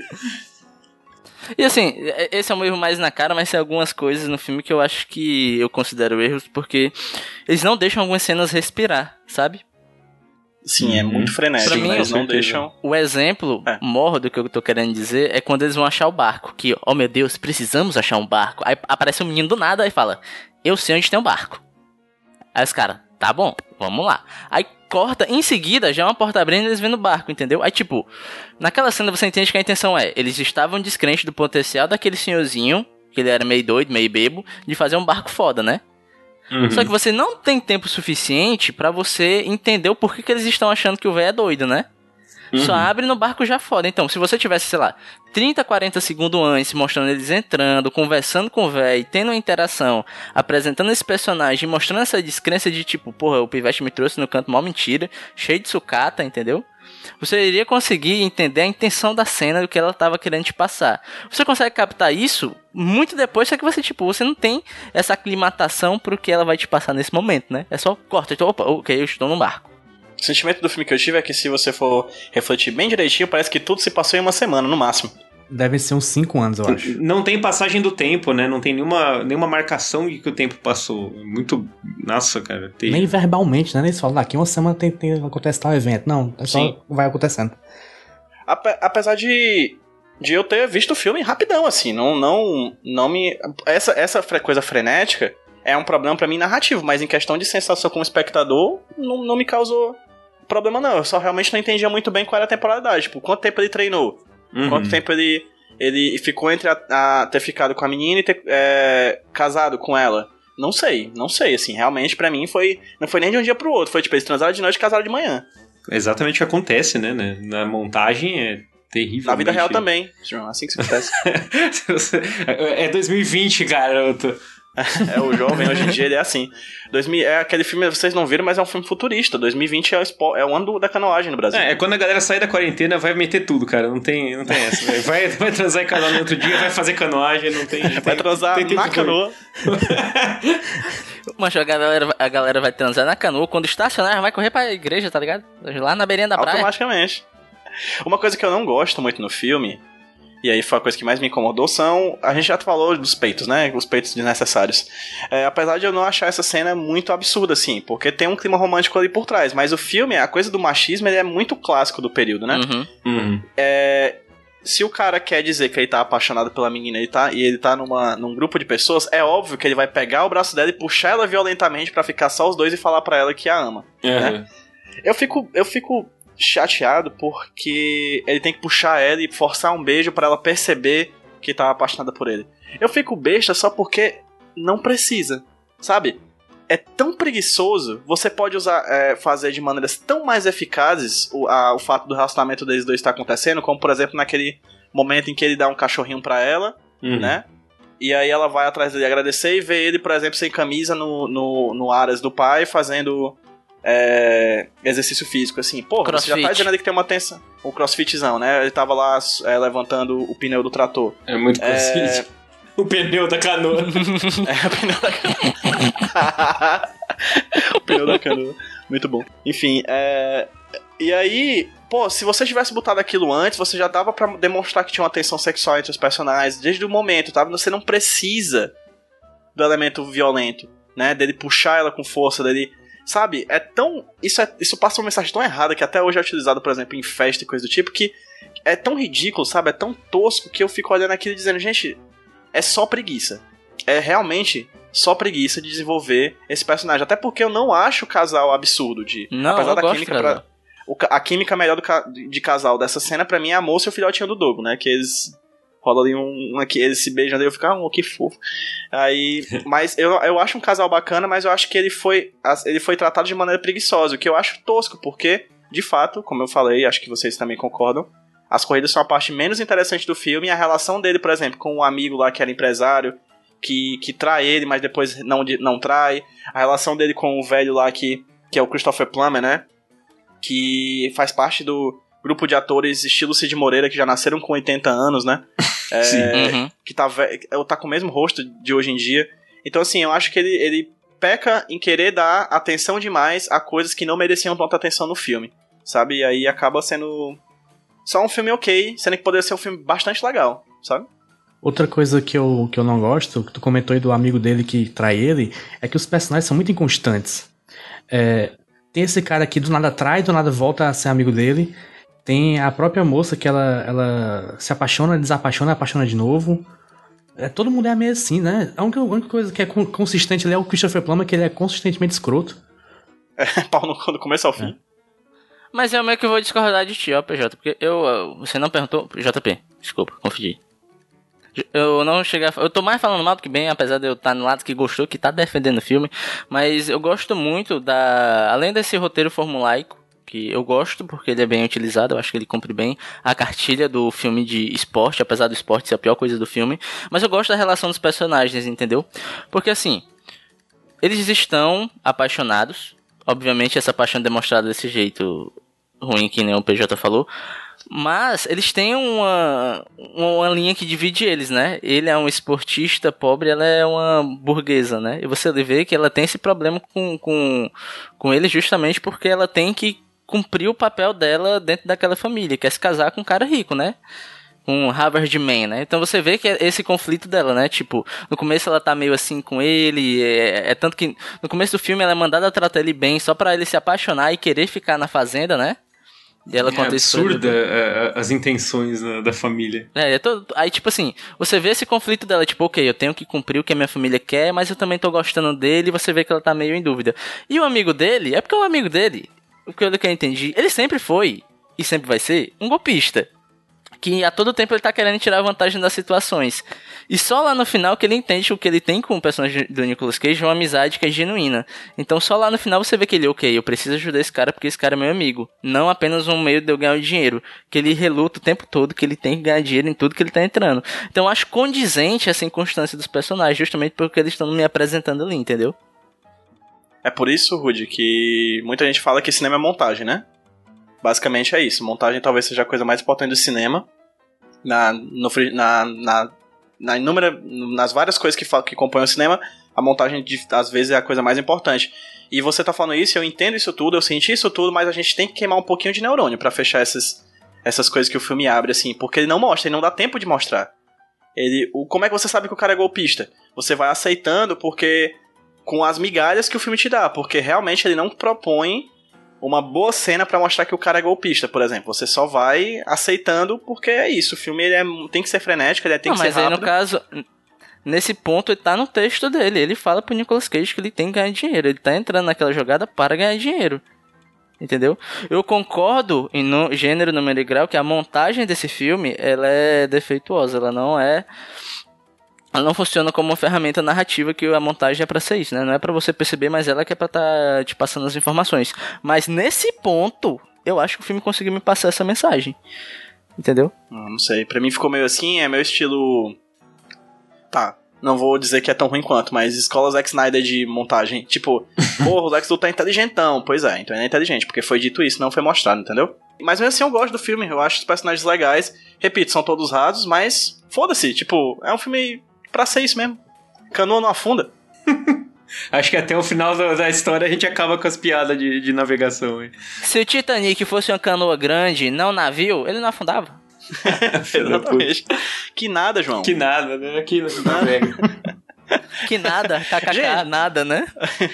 E assim, esse é um erro mais na cara, mas tem algumas coisas no filme que eu acho que eu considero erros, porque eles não deixam algumas cenas respirar, sabe? Sim, é muito frenético, Pra mim, eles não certeza. deixam... O exemplo maior do que eu tô querendo dizer é quando eles vão achar o barco. Que, oh meu Deus, precisamos achar um barco. Aí aparece um menino do nada e fala, eu sei onde tem um barco. Aí os caras, tá bom, vamos lá. Aí corta, em seguida já é uma porta abrindo e eles vêm no barco, entendeu? Aí tipo, naquela cena você entende que a intenção eles estavam descrentes do potencial daquele senhorzinho, que ele era meio doido, meio bebo, de fazer um barco foda, né? Só que você não tem tempo suficiente pra você entender o porquê que eles estão achando que o velho é doido, né? Só abre no barco já foda. Então, se você tivesse, sei lá, 30, 40 segundos antes, mostrando eles entrando, conversando com o velho, tendo uma interação, apresentando esse personagem, mostrando essa descrença de tipo, porra, o Pivete me trouxe no canto, mó mentira, cheio de sucata, entendeu? Você iria conseguir entender a intenção da cena, do que ela tava querendo te passar. Você consegue captar isso muito depois, só que você não tem essa aclimatação pro que ela vai te passar nesse momento, né? É só corta, então, opa, ok, eu estou no barco. O sentimento do filme que eu tive é que se você for refletir bem direitinho, parece que tudo se passou em uma semana, no máximo. Devem ser uns 5 anos, eu acho. Não tem passagem do tempo, né? Não tem nenhuma marcação de que o tempo passou. Muito... Nossa, cara. Nem verbalmente, né? Eles falam, daqui uma semana acontece tal evento. Não, é só Sim. vai acontecendo. Apesar de eu ter visto o filme rapidão, assim, não me... Essa coisa frenética é um problema pra mim narrativo, mas em questão de sensação como espectador, não me causou problema não. Eu só realmente não entendia muito bem qual era a temporalidade. Tipo, quanto tempo ele treinou? Quanto tempo ele ficou entre ter ficado com a menina e ter casado com ela? Não sei, assim, realmente pra mim não foi nem de um dia pro outro, foi tipo, eles transaram de noite e casaram de manhã. Exatamente o que acontece, né? Na montagem é terrível. Na vida real também, assim que se acontece. É 2020, garoto. O jovem hoje em dia ele é assim. É aquele filme, vocês não viram, mas é um filme futurista. 2020 é o ano da canoagem no Brasil. É quando a galera sair da quarentena, vai meter tudo, cara. Não tem essa. Vai transar em canoa no outro dia, vai fazer canoagem, não tem. Vai transar na canoa. Mas a galera vai transar na canoa, quando estacionar, vai correr pra igreja, tá ligado? Lá na beirinha da praia. Automaticamente. Uma coisa que eu não gosto muito no filme, e aí foi a coisa que mais me incomodou, a gente já falou dos peitos, né? Os peitos desnecessários. Apesar de eu não achar essa cena muito absurda, assim, porque tem um clima romântico ali por trás, mas o filme, a coisa do machismo, ele é muito clássico do período, né? se o cara quer dizer que ele tá apaixonado pela menina e ele tá num grupo de pessoas, é óbvio que ele vai pegar o braço dela e puxar ela violentamente pra ficar só os dois e falar pra ela que a ama. Né? Eu fico chateado porque ele tem que puxar ela e forçar um beijo pra ela perceber que tá apaixonada por ele. Eu fico besta só porque não precisa, sabe? É tão preguiçoso, você pode fazer de maneiras tão mais eficazes o fato do relacionamento deles dois estar acontecendo, como por exemplo naquele momento em que ele dá um cachorrinho pra ela, né? E aí ela vai atrás dele agradecer e vê ele, por exemplo, sem camisa no Aras do pai, fazendo exercício físico, assim. Porra, crossfit. Você já tá dizendo ali que tem uma tensão. O crossfitzão, né? Ele tava lá levantando o pneu do trator. É muito crossfit. O pneu da canoa. O pneu da canoa. O pneu da canoa. Muito bom. Enfim, e aí, pô, se você tivesse botado aquilo antes, você já dava pra demonstrar que tinha uma tensão sexual entre os personagens desde o momento, tá? Você não precisa do elemento violento, né? Dele puxar ela com força, dele... Sabe? Isso passa uma mensagem tão errada que até hoje é utilizado, por exemplo, em festa e coisa do tipo, que é tão ridículo, sabe? É tão tosco que eu fico olhando aquilo e dizendo, gente... É só preguiça. É realmente só preguiça de desenvolver esse personagem. Até porque eu não acho o casal absurdo de... Não, apesar eu da gosto, química a química melhor de casal dessa cena pra mim é a moça e o filhotinho do Dogo, né? Que eles rolam ali que eles se beijam ali, eu fico, que fofo. Aí, mas eu acho um casal bacana, mas eu acho que ele foi tratado de maneira preguiçosa, o que eu acho tosco, porque, de fato, como eu falei, acho que vocês também concordam, as corridas são a parte menos interessante do filme, e a relação dele, por exemplo, com um amigo lá que era empresário, que trai ele, mas depois não trai. A relação dele com o velho lá, que é o Christopher Plummer, né? Que faz parte do grupo de atores estilo Cid Moreira, que já nasceram com 80 anos, né? Que tá com o mesmo rosto de hoje em dia. Então, assim, eu acho que ele peca em querer dar atenção demais a coisas que não mereciam tanta atenção no filme, sabe? E aí acaba sendo... só um filme ok, sendo que poderia ser um filme bastante legal, sabe? Outra coisa que eu não gosto, que tu comentou aí do amigo dele que trai ele, é que os personagens são muito inconstantes. Tem esse cara que do nada trai, do nada volta a ser amigo dele. Tem a própria moça que ela se apaixona, desapaixona, apaixona de novo. Todo mundo é meio assim, né? A única coisa que é consistente ali é o Christopher Plummer, que ele é consistentemente escroto. Pau no começo ao fim. Mas eu meio que vou discordar de ti, ó, PJ, porque você não perguntou... JP, desculpa, confundi. Eu não cheguei eu tô mais falando mal do que bem, apesar de eu estar no lado que gostou, que tá defendendo o filme, mas eu gosto muito além desse roteiro formulaico, que eu gosto porque ele é bem utilizado, eu acho que ele cumpre bem a cartilha do filme de esporte, apesar do esporte ser a pior coisa do filme, mas eu gosto da relação dos personagens, entendeu? Porque assim, eles estão apaixonados, obviamente essa paixão é demonstrada desse jeito ruim que nem o PJ falou, mas eles têm uma linha que divide eles, né? Ele é um esportista pobre, ela é uma burguesa, né? E você vê que ela tem esse problema com ele justamente porque ela tem que cumprir o papel dela dentro daquela família, que é se casar com um cara rico, né? Com Harvard Man, né? Então você vê que é esse conflito dela, né? Tipo, no começo ela tá meio assim com ele, tanto que no começo do filme ela é mandada a tratar ele bem só pra ele se apaixonar e querer ficar na fazenda, né? E ela conta absurda as intenções da família. Aí tipo assim, você vê esse conflito dela, tipo, ok, eu tenho que cumprir o que a minha família quer, mas eu também tô gostando dele, e você vê que ela tá meio em dúvida. E o amigo dele, é porque o amigo dele, o que eu entendi, ele sempre foi, e sempre vai ser, um golpista. Que a todo tempo ele tá querendo tirar vantagem das situações. E só lá no final que ele entende o que ele tem com o personagem do Nicolas Cage, uma amizade que é genuína. Então só lá no final você vê que ele, ok, eu preciso ajudar esse cara porque esse cara é meu amigo. Não apenas um meio de eu ganhar dinheiro. Que ele reluta o tempo todo, que ele tem que ganhar dinheiro em tudo que ele tá entrando. Então eu acho condizente essa inconstância dos personagens, justamente porque eles estão me apresentando ali, entendeu? É por isso, Rudy, que muita gente fala que cinema é montagem, né? Basicamente é isso. Montagem talvez seja a coisa mais importante do cinema. Nas várias coisas que compõem o cinema, a montagem às vezes é a coisa mais importante. E você tá falando isso, eu entendo isso tudo, eu senti isso tudo, mas a gente tem que queimar um pouquinho de neurônio pra fechar essas coisas que o filme abre, assim, porque ele não mostra, ele não dá tempo de mostrar. Como é que você sabe que o cara é golpista? Você vai aceitando porque com as migalhas que o filme te dá, porque realmente ele não propõe uma boa cena pra mostrar que o cara é golpista, por exemplo. Você só vai aceitando porque é isso. O filme tem que ser frenético, ele tem que ser rápido. Mas aí, no caso, nesse ponto, ele tá no texto dele. Ele fala pro Nicolas Cage que ele tem que ganhar dinheiro. Ele tá entrando naquela jogada para ganhar dinheiro. Entendeu? Eu concordo no gênero, número e grau, que a montagem desse filme, ela é defeituosa. Ela não funciona como uma ferramenta narrativa, que a montagem é pra ser isso, né? Não é pra você perceber, mas ela que é pra tá te passando as informações. Mas nesse ponto, eu acho que o filme conseguiu me passar essa mensagem. Entendeu? Não sei, pra mim ficou meio assim, é meu estilo... Tá, não vou dizer que é tão ruim quanto, mas escola Zack Snyder de montagem. Tipo, porra, o Lex Luthor tá inteligentão. Pois é, então ele é inteligente, porque foi dito isso, não foi mostrado, entendeu? Mas mesmo assim eu gosto do filme, eu acho os personagens legais. Repito, são todos rasos, mas foda-se, tipo, é um filme pra ser isso mesmo. Canoa não afunda. Acho que até o final da história a gente acaba com as piadas de navegação. Hein? Se o Titanic fosse uma canoa grande, não navio, ele não afundava. Exatamente. Que nada, João. Que nada, né? Aqui navega. Que nada, kkk, nada, né?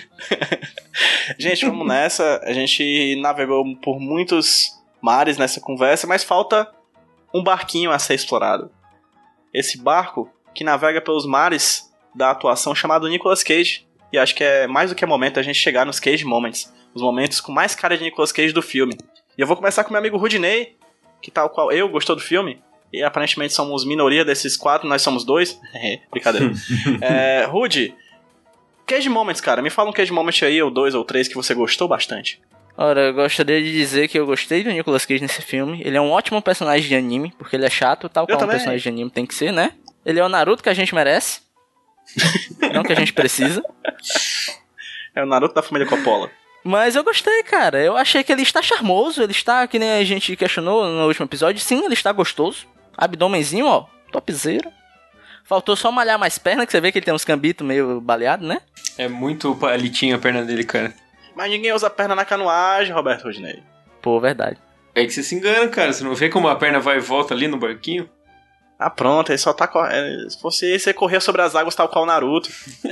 Gente, vamos nessa. A gente navegou por muitos mares nessa conversa, mas falta um barquinho a ser explorado. Esse barco que navega pelos mares da atuação, chamado Nicolas Cage. E acho que é mais do que momento a gente chegar nos Cage Moments, os momentos com mais cara de Nicolas Cage do filme. E eu vou começar com meu amigo Rudinei, que tal qual eu gostou do filme. E aparentemente somos minoria desses 4, nós somos 2. Brincadeira. Rudy, Cage Moments, cara. Me fala um Cage Moment aí, ou 2 ou 3, que você gostou bastante. Ora, eu gostaria de dizer que eu gostei do Nicolas Cage nesse filme. Ele é um ótimo personagem de anime, porque ele é chato, tal qual um personagem de anime tem que ser, né? Ele é o Naruto que a gente merece. Não que a gente precisa. É o Naruto da família Coppola. Mas eu gostei, cara. Eu achei que ele está charmoso. Ele está, que nem a gente questionou no último episódio. Sim, ele está gostoso. Abdômenzinho, ó, topzera. Faltou só malhar mais perna, que você vê que ele tem uns cambitos meio baleados, né? É muito palitinho a perna dele, cara. Mas ninguém usa a perna na canoagem, Roberto Rodinei. Pô, verdade. É que você se engana, cara. Você não vê como a perna vai e volta ali no barquinho? Ah, pronto, ele só tá correndo. Se fosse isso, você corria sobre as águas tal qual o Naruto.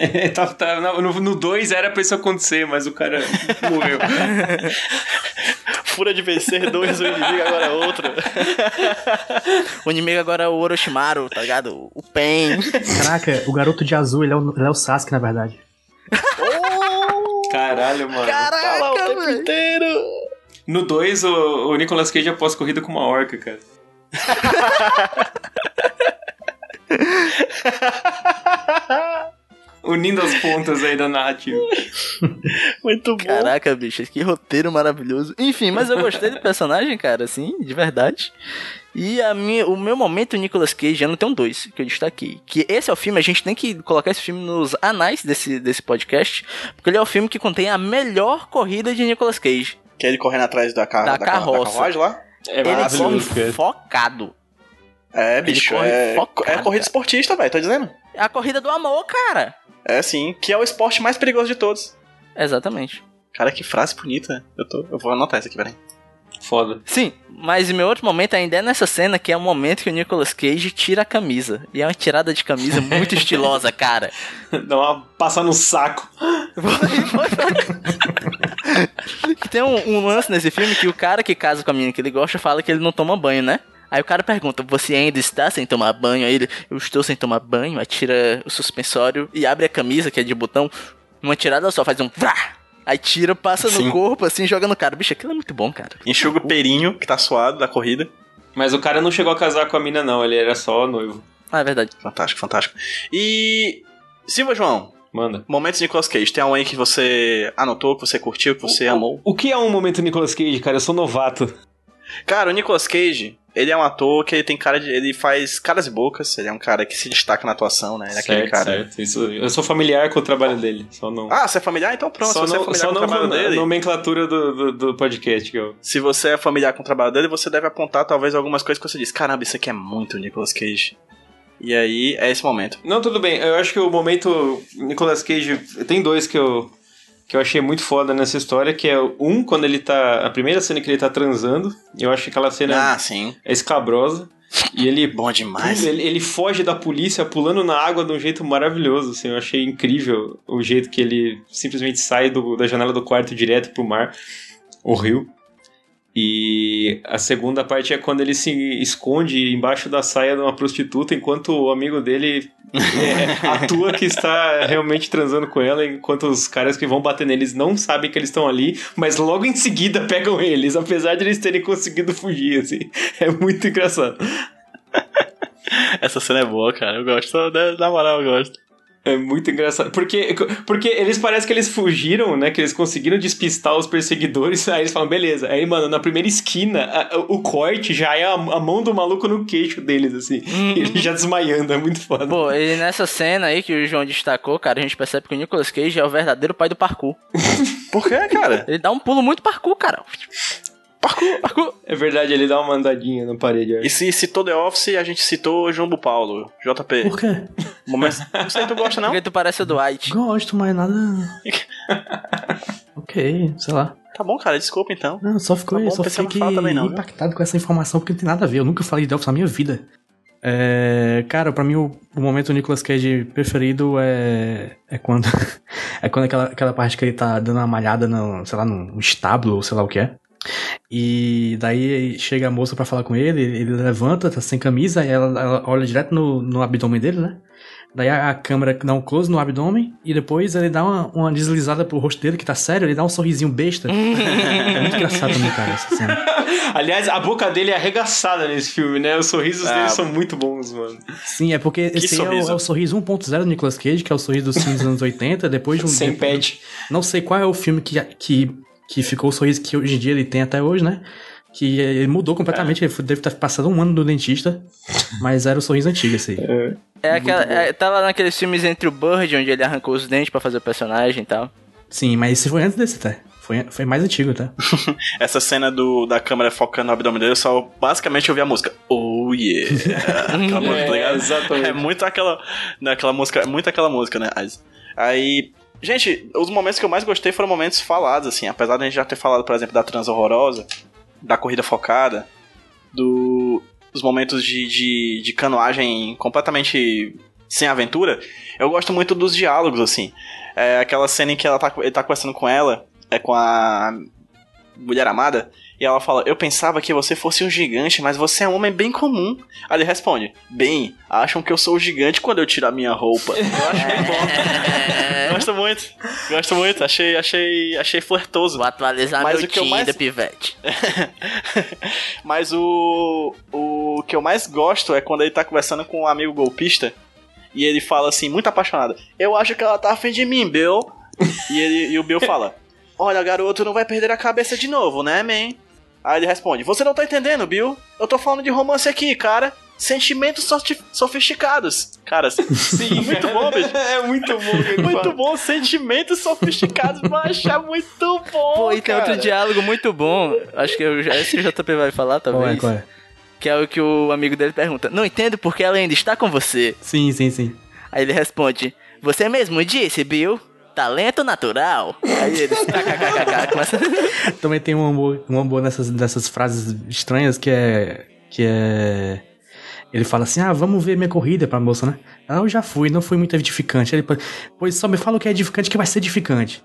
No 2 era pra isso acontecer, mas o cara morreu. Fura de vencer 2, o inimigo agora é outro. O inimigo agora é o Orochimaru, tá ligado? O Pen. Caraca, o garoto de azul, ele é o Sasuke, na verdade. Caralho, mano. Caraca, o tempo inteiro. No 2, o Nicolas Cage após corrida com uma orca, cara. Unindo as pontas aí da narrativa. Muito bom. Caraca, bicho, que roteiro maravilhoso. Enfim, mas eu gostei do personagem, cara, assim, de verdade. E o meu momento Nicolas Cage, eu não tenho 2 que eu destaquei. Que esse é o filme, a gente tem que colocar esse filme nos anais desse podcast, porque ele é o filme que contém a melhor corrida de Nicolas Cage. Que é ele correndo atrás da carroça. Da carruagem lá? Ele corre focado. É, bicho, é corrida esportista, velho, tô dizendo. É a corrida do amor, cara. É sim, que é o esporte mais perigoso de todos. Exatamente. Cara, que frase bonita. Eu vou anotar isso aqui, peraí. Foda. Sim, mas meu outro momento ainda é nessa cena, que é o momento que o Nicolas Cage tira a camisa. E é uma tirada de camisa muito estilosa, cara. Dá uma passar no saco. Tem um lance nesse filme que o cara que casa com a menina que ele gosta fala que ele não toma banho, né? Aí o cara pergunta, você ainda está sem tomar banho? Aí ele, eu estou sem tomar banho. Aí tira o suspensório e abre a camisa, que é de botão. Uma tirada só, faz um vrá. Aí tira, passa no corpo, assim, joga no cara. Bicho, aquilo é muito bom, cara. Enxuga o perinho, que tá suado da corrida. Mas o cara não chegou a casar com a mina, não. Ele era só noivo. Ah, é verdade. Fantástico, fantástico. E... Silva João. Manda. Momentos de Nicolas Cage. Tem um aí que você anotou, que você curtiu, que você amou? O que é um momento Nicolas Cage, cara? Eu sou novato. Cara, o Nicolas Cage, ele é um ator que ele tem cara de... Ele faz caras e bocas. Ele é um cara que se destaca na atuação, né? Ele é aquele cara... Certo. Isso, eu sou familiar com o trabalho dele. Só não... Ah, você é familiar? Então pronto. Só se você é familiar com o trabalho dele... nomenclatura do podcast. Que eu... Se você é familiar com o trabalho dele, você deve apontar talvez algumas coisas que você diz. Caramba, isso aqui é muito Nicolas Cage. E aí, é esse momento. Não, tudo bem. Eu acho que o momento Nicolas Cage... Tem 2 que eu achei muito foda nessa história, que é quando ele tá... A primeira cena que ele tá transando. Eu acho que aquela cena é escabrosa. E ele... Bom demais. Ele foge da polícia pulando na água de um jeito maravilhoso, assim. Eu achei incrível o jeito que ele simplesmente sai da janela do quarto direto pro mar. o rio. E a segunda parte é quando ele se esconde embaixo da saia de uma prostituta, enquanto o amigo dele atua que está realmente transando com ela, enquanto os caras que vão bater neles não sabem que eles estão ali, mas logo em seguida pegam eles, apesar de eles terem conseguido fugir, assim. É muito engraçado. Essa cena é boa, cara. Eu gosto, na moral, eu gosto. É muito engraçado. Porque eles parecem que eles fugiram, né? Que eles conseguiram despistar os perseguidores. Aí eles falam, beleza. Aí, mano, na primeira esquina, o corte já é a mão do maluco no queixo deles, assim. Ele já desmaiando, é muito foda. Pô, e nessa cena aí que o João destacou, cara, a gente percebe que o Nicolas Cage é o verdadeiro pai do parkour. Por quê, cara? Ele dá um pulo muito parkour, cara. Parkour. É verdade, ele dá uma andadinha na parede. E se citou The Office, a gente citou Jumbo Paulo, JP. Por quê? Momento... Não sei se tu gosta, não? Porque tu parece o Dwight. Gosto, mas nada... Ok, sei lá. Tá bom, cara, desculpa então. Não, só ficou Tá bom, só você não fiquei fala também não, impactado com essa informação, porque não tem nada a ver. Eu nunca falei de The Office na minha vida. Cara, pra mim o momento do Nicolas Cage preferido é quando é quando aquela parte que ele tá dando uma malhada no, sei lá, num estábulo ou sei lá o que é. E daí chega a moça pra falar com ele levanta, tá sem camisa, e ela olha direto no abdômen dele, né? Daí a câmera dá um close no abdômen e depois ele dá uma deslizada pro rosto dele, que tá sério, ele dá um sorrisinho besta. É muito engraçado também, cara, essa cena. Aliás, a boca dele é arregaçada nesse filme, né? Os sorrisos dele são muito bons, mano. Sim, é porque esse é o sorriso 1.0 do Nicolas Cage, que é o sorriso dos filmes dos anos 80, depois de um... Sem patch. Não sei qual é o filme que ficou o sorriso que hoje em dia ele tem até hoje, né? Que ele mudou completamente, ele deve ter passado um ano no dentista, mas era o sorriso antigo esse aí. Tá lá naqueles filmes entre o Bird, onde ele arrancou os dentes pra fazer o personagem e tal. Sim, mas esse foi antes desse, tá? Foi mais antigo, tá? Essa cena da câmera focando no abdômen dele, eu só basicamente ouvi a música. Oh yeah! Aquela música, tá ligado? Exatamente. É muito aquela música, muito aquela música, né? Aí... Gente, os momentos que eu mais gostei foram momentos falados, assim. Apesar de a gente já ter falado, por exemplo, da trans horrorosa, da corrida focada, dos momentos de canoagem completamente sem aventura, eu gosto muito dos diálogos, assim. Aquela cena em que ele tá conversando com ela, com a mulher amada, e ela fala, eu pensava que você fosse um gigante, mas você é um homem bem comum. Aí ele responde, bem, acham que eu sou o gigante quando eu tiro a minha roupa. Eu acho bem bom. Gosto muito, achei flertoso. Vou atualizar mas meu Tinder, pivete. Mas o que eu mais gosto é quando ele tá conversando com um amigo golpista, e ele fala assim, muito apaixonado, eu acho que ela tá afim de mim, Bill. E o Bill fala, olha, garoto, não vai perder a cabeça de novo, né, man? Aí ele responde, você não tá entendendo, Bill? Eu tô falando de romance aqui, cara. Sentimentos sofisticados. Cara, sim, muito bom, bicho. É muito bom. Muito bom, sentimentos sofisticados. Macho, é muito bom, pô, e tem outro diálogo muito bom. Acho que esse JP vai falar, talvez. Qual é? Que é o que o amigo dele pergunta. Não entendo porque ela ainda está com você. Sim. Aí ele responde, você mesmo disse, Bill? Talento natural. Aí eles começa... Também tem um amor nessas frases estranhas que é... Ele fala assim, vamos ver minha corrida pra moça, né? Eu já fui, não foi muito edificante. Ele, pois só me fala o que é edificante, que vai ser edificante.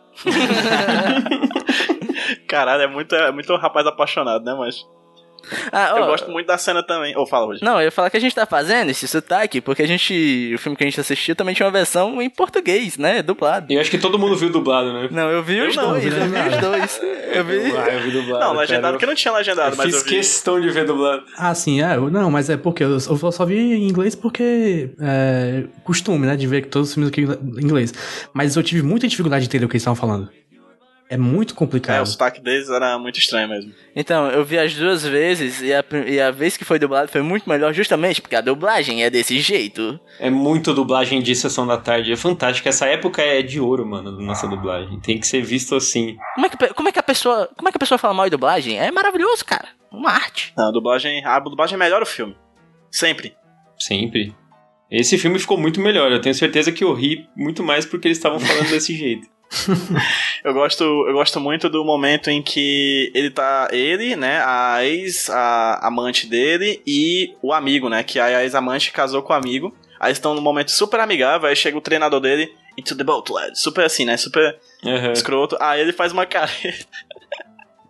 Caralho, é muito rapaz apaixonado, né, mas... eu gosto muito da cena também. Fala, Roger. Não, eu ia falar que a gente tá fazendo esse sotaque porque o filme que a gente assistiu também tinha uma versão em português, né? Dublado. E eu acho que todo mundo viu dublado, né? Não, eu vi os dois. Eu vi dublado. Não, legendado, porque não tinha legendado, mas eu vi. Fiz questão de ver dublado. Sim, não, mas é porque eu só vi em inglês porque é costume, né? De ver todos os filmes aqui em inglês. Mas eu tive muita dificuldade de entender o que eles estavam falando. É muito complicado. O sotaque deles era muito estranho mesmo. Então, eu vi as duas vezes e a vez que foi dublado foi muito melhor justamente porque a dublagem é desse jeito. É muito dublagem de Sessão da Tarde. É fantástico. Essa época é de ouro, mano, da nossa dublagem. Tem que ser visto assim. Como é que a pessoa fala mal de dublagem? É maravilhoso, cara. Uma arte. Não, a dublagem melhora o filme. Sempre. Esse filme ficou muito melhor. Eu tenho certeza que eu ri muito mais porque eles estavam falando desse jeito. Eu gosto muito do momento em que ele, né, a ex-amante dele e o amigo, né, que a ex-amante casou com o amigo. Aí estão num momento super amigável, aí chega o treinador dele, into the boat, lad. Super assim, né, super escroto. Aí ele faz uma careta.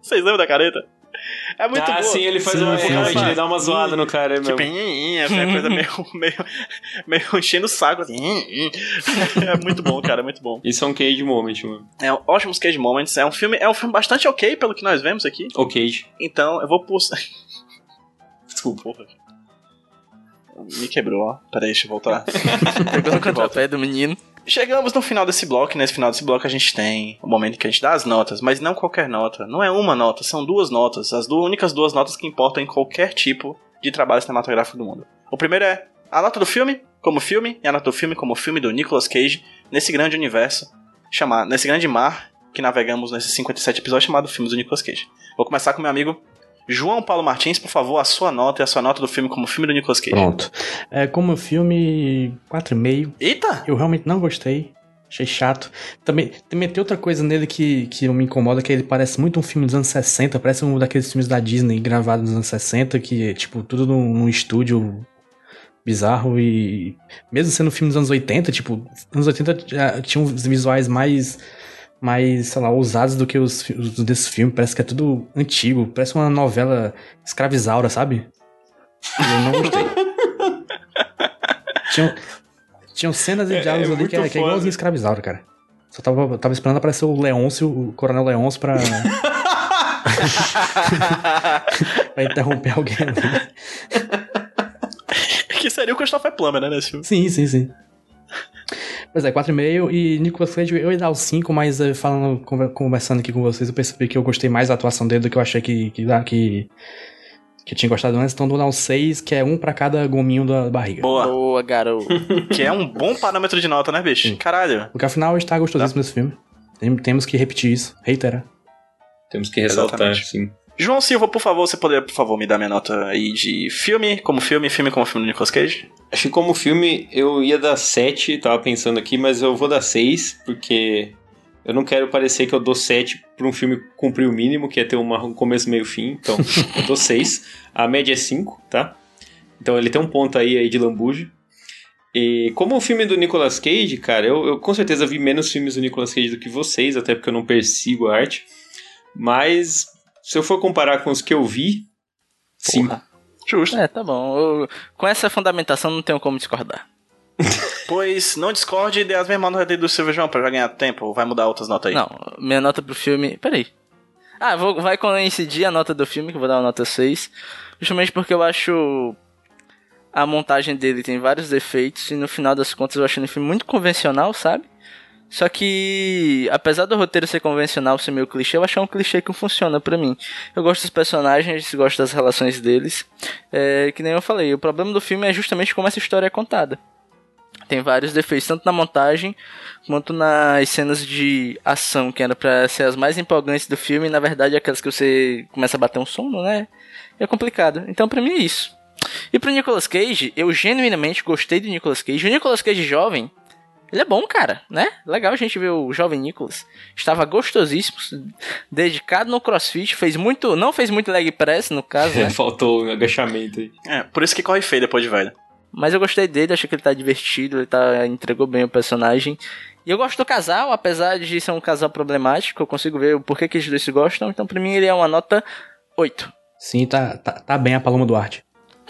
Vocês lembram da careta? É muito boa. Sim, ele faz ele dá uma zoada no cara, é mesmo. Tipo, é coisa meio enchendo o saco, assim. É muito bom, cara, é muito bom. Isso é um cage moment, mano. É ótimos cage moments, é um filme bastante ok, pelo que nós vemos aqui. Ok. Então, eu vou pulsar... Desculpa, porra. Me quebrou, ó. Peraí, deixa eu voltar. Pegou no contrapé do menino. Chegamos no final desse bloco, e nesse final desse bloco a gente tem o momento que a gente dá as notas, mas não qualquer nota. Não é uma nota, são duas notas. As únicas duas notas que importam em qualquer tipo de trabalho cinematográfico do mundo. O primeiro é a nota do filme, como filme, e a nota do filme como filme do Nicolas Cage, nesse grande universo, nesse grande mar que navegamos nesses 57 episódios chamado Filmes do Nicolas Cage. Vou começar com meu amigo João Paulo Martins, por favor, a sua nota e a sua nota do filme como filme do Nicolas Cage. Pronto. Como filme, 4,5. Eita! Eu realmente não gostei. Achei chato. Também tem outra coisa nele que me incomoda, que ele parece muito um filme dos anos 60. Parece um daqueles filmes da Disney gravados nos anos 60, que é tipo tudo num estúdio bizarro. E mesmo sendo um filme dos anos 80, tipo, anos 80 já tinha uns visuais mais, sei lá, ousados do que os desse filme. Parece que é tudo antigo. Parece uma novela escravizaura, sabe? Eu não gostei. Tinham cenas e diálogos ali que é igualzinho escravizaura, cara. Só tava esperando aparecer o Leôncio, o Coronel Leôncio pra... pra interromper alguém ali. Que seria o Christopher Plummer, né, nesse filme? Sim. Pois é, 4,5. E Nicolas Cage eu ia dar o 5, mas conversando aqui com vocês, eu percebi que eu gostei mais da atuação dele do que eu achei que eu tinha gostado antes. Então vou dar um 6, que é um pra cada gominho da barriga. Boa, garoto. Que é um bom parâmetro de nota, né, bicho? Sim. Caralho. Porque afinal está gostosíssimo esse filme. Temos que repetir isso. Reiterar. Temos que ressaltar, Exatamente. sim. João Silva, por favor, você poderia, por favor, me dar minha nota aí de filme como filme como filme do Nicolas Cage? Acho que como filme eu ia dar 7, tava pensando aqui, mas eu vou dar 6, porque eu não quero parecer que eu dou 7 pra um filme cumprir o mínimo, que é ter um começo, meio, fim. Então, eu dou 6. A média é 5, tá? Então ele tem um ponto aí de lambuja. E como o filme do Nicolas Cage, cara, eu com certeza vi menos filmes do Nicolas Cage do que vocês, até porque eu não persigo a arte. Mas se eu for comparar com os que eu vi, 5. Justo. Tá bom. Com essa fundamentação não tenho como discordar. Pois não discorde e dê as mesmas notas do Silvio João pra já ganhar tempo, ou vai mudar outras notas aí? Não, minha nota pro filme... Peraí. Vai coincidir a nota do filme, que eu vou dar uma nota 6. Justamente porque eu acho... A montagem dele tem vários defeitos, e no final das contas eu achei um filme muito convencional, sabe? Só que, apesar do roteiro ser convencional, ser meio clichê, eu achei um clichê que funciona pra mim. Eu gosto dos personagens, gosto das relações deles. Que nem eu falei, o problema do filme é justamente como essa história é contada. Tem vários defeitos, tanto na montagem, quanto nas cenas de ação, que era pra ser as mais empolgantes do filme, e na verdade aquelas que você começa a bater um sono, né? É complicado. Então pra mim é isso. E pro Nicolas Cage, eu genuinamente gostei do Nicolas Cage. O Nicolas Cage jovem, ele é bom, cara, né? Legal a gente ver o jovem Nicolas. Estava gostosíssimo, dedicado no crossfit, não fez muito leg press, no caso, né? Faltou um agachamento aí. Por isso que corre feio depois de velho. Mas eu gostei dele, achei que ele tá divertido, entregou bem o personagem. E eu gosto do casal, apesar de ser um casal problemático, eu consigo ver o porquê que eles dois se gostam, então pra mim ele é uma nota 8. Sim, tá bem a Paloma Duarte.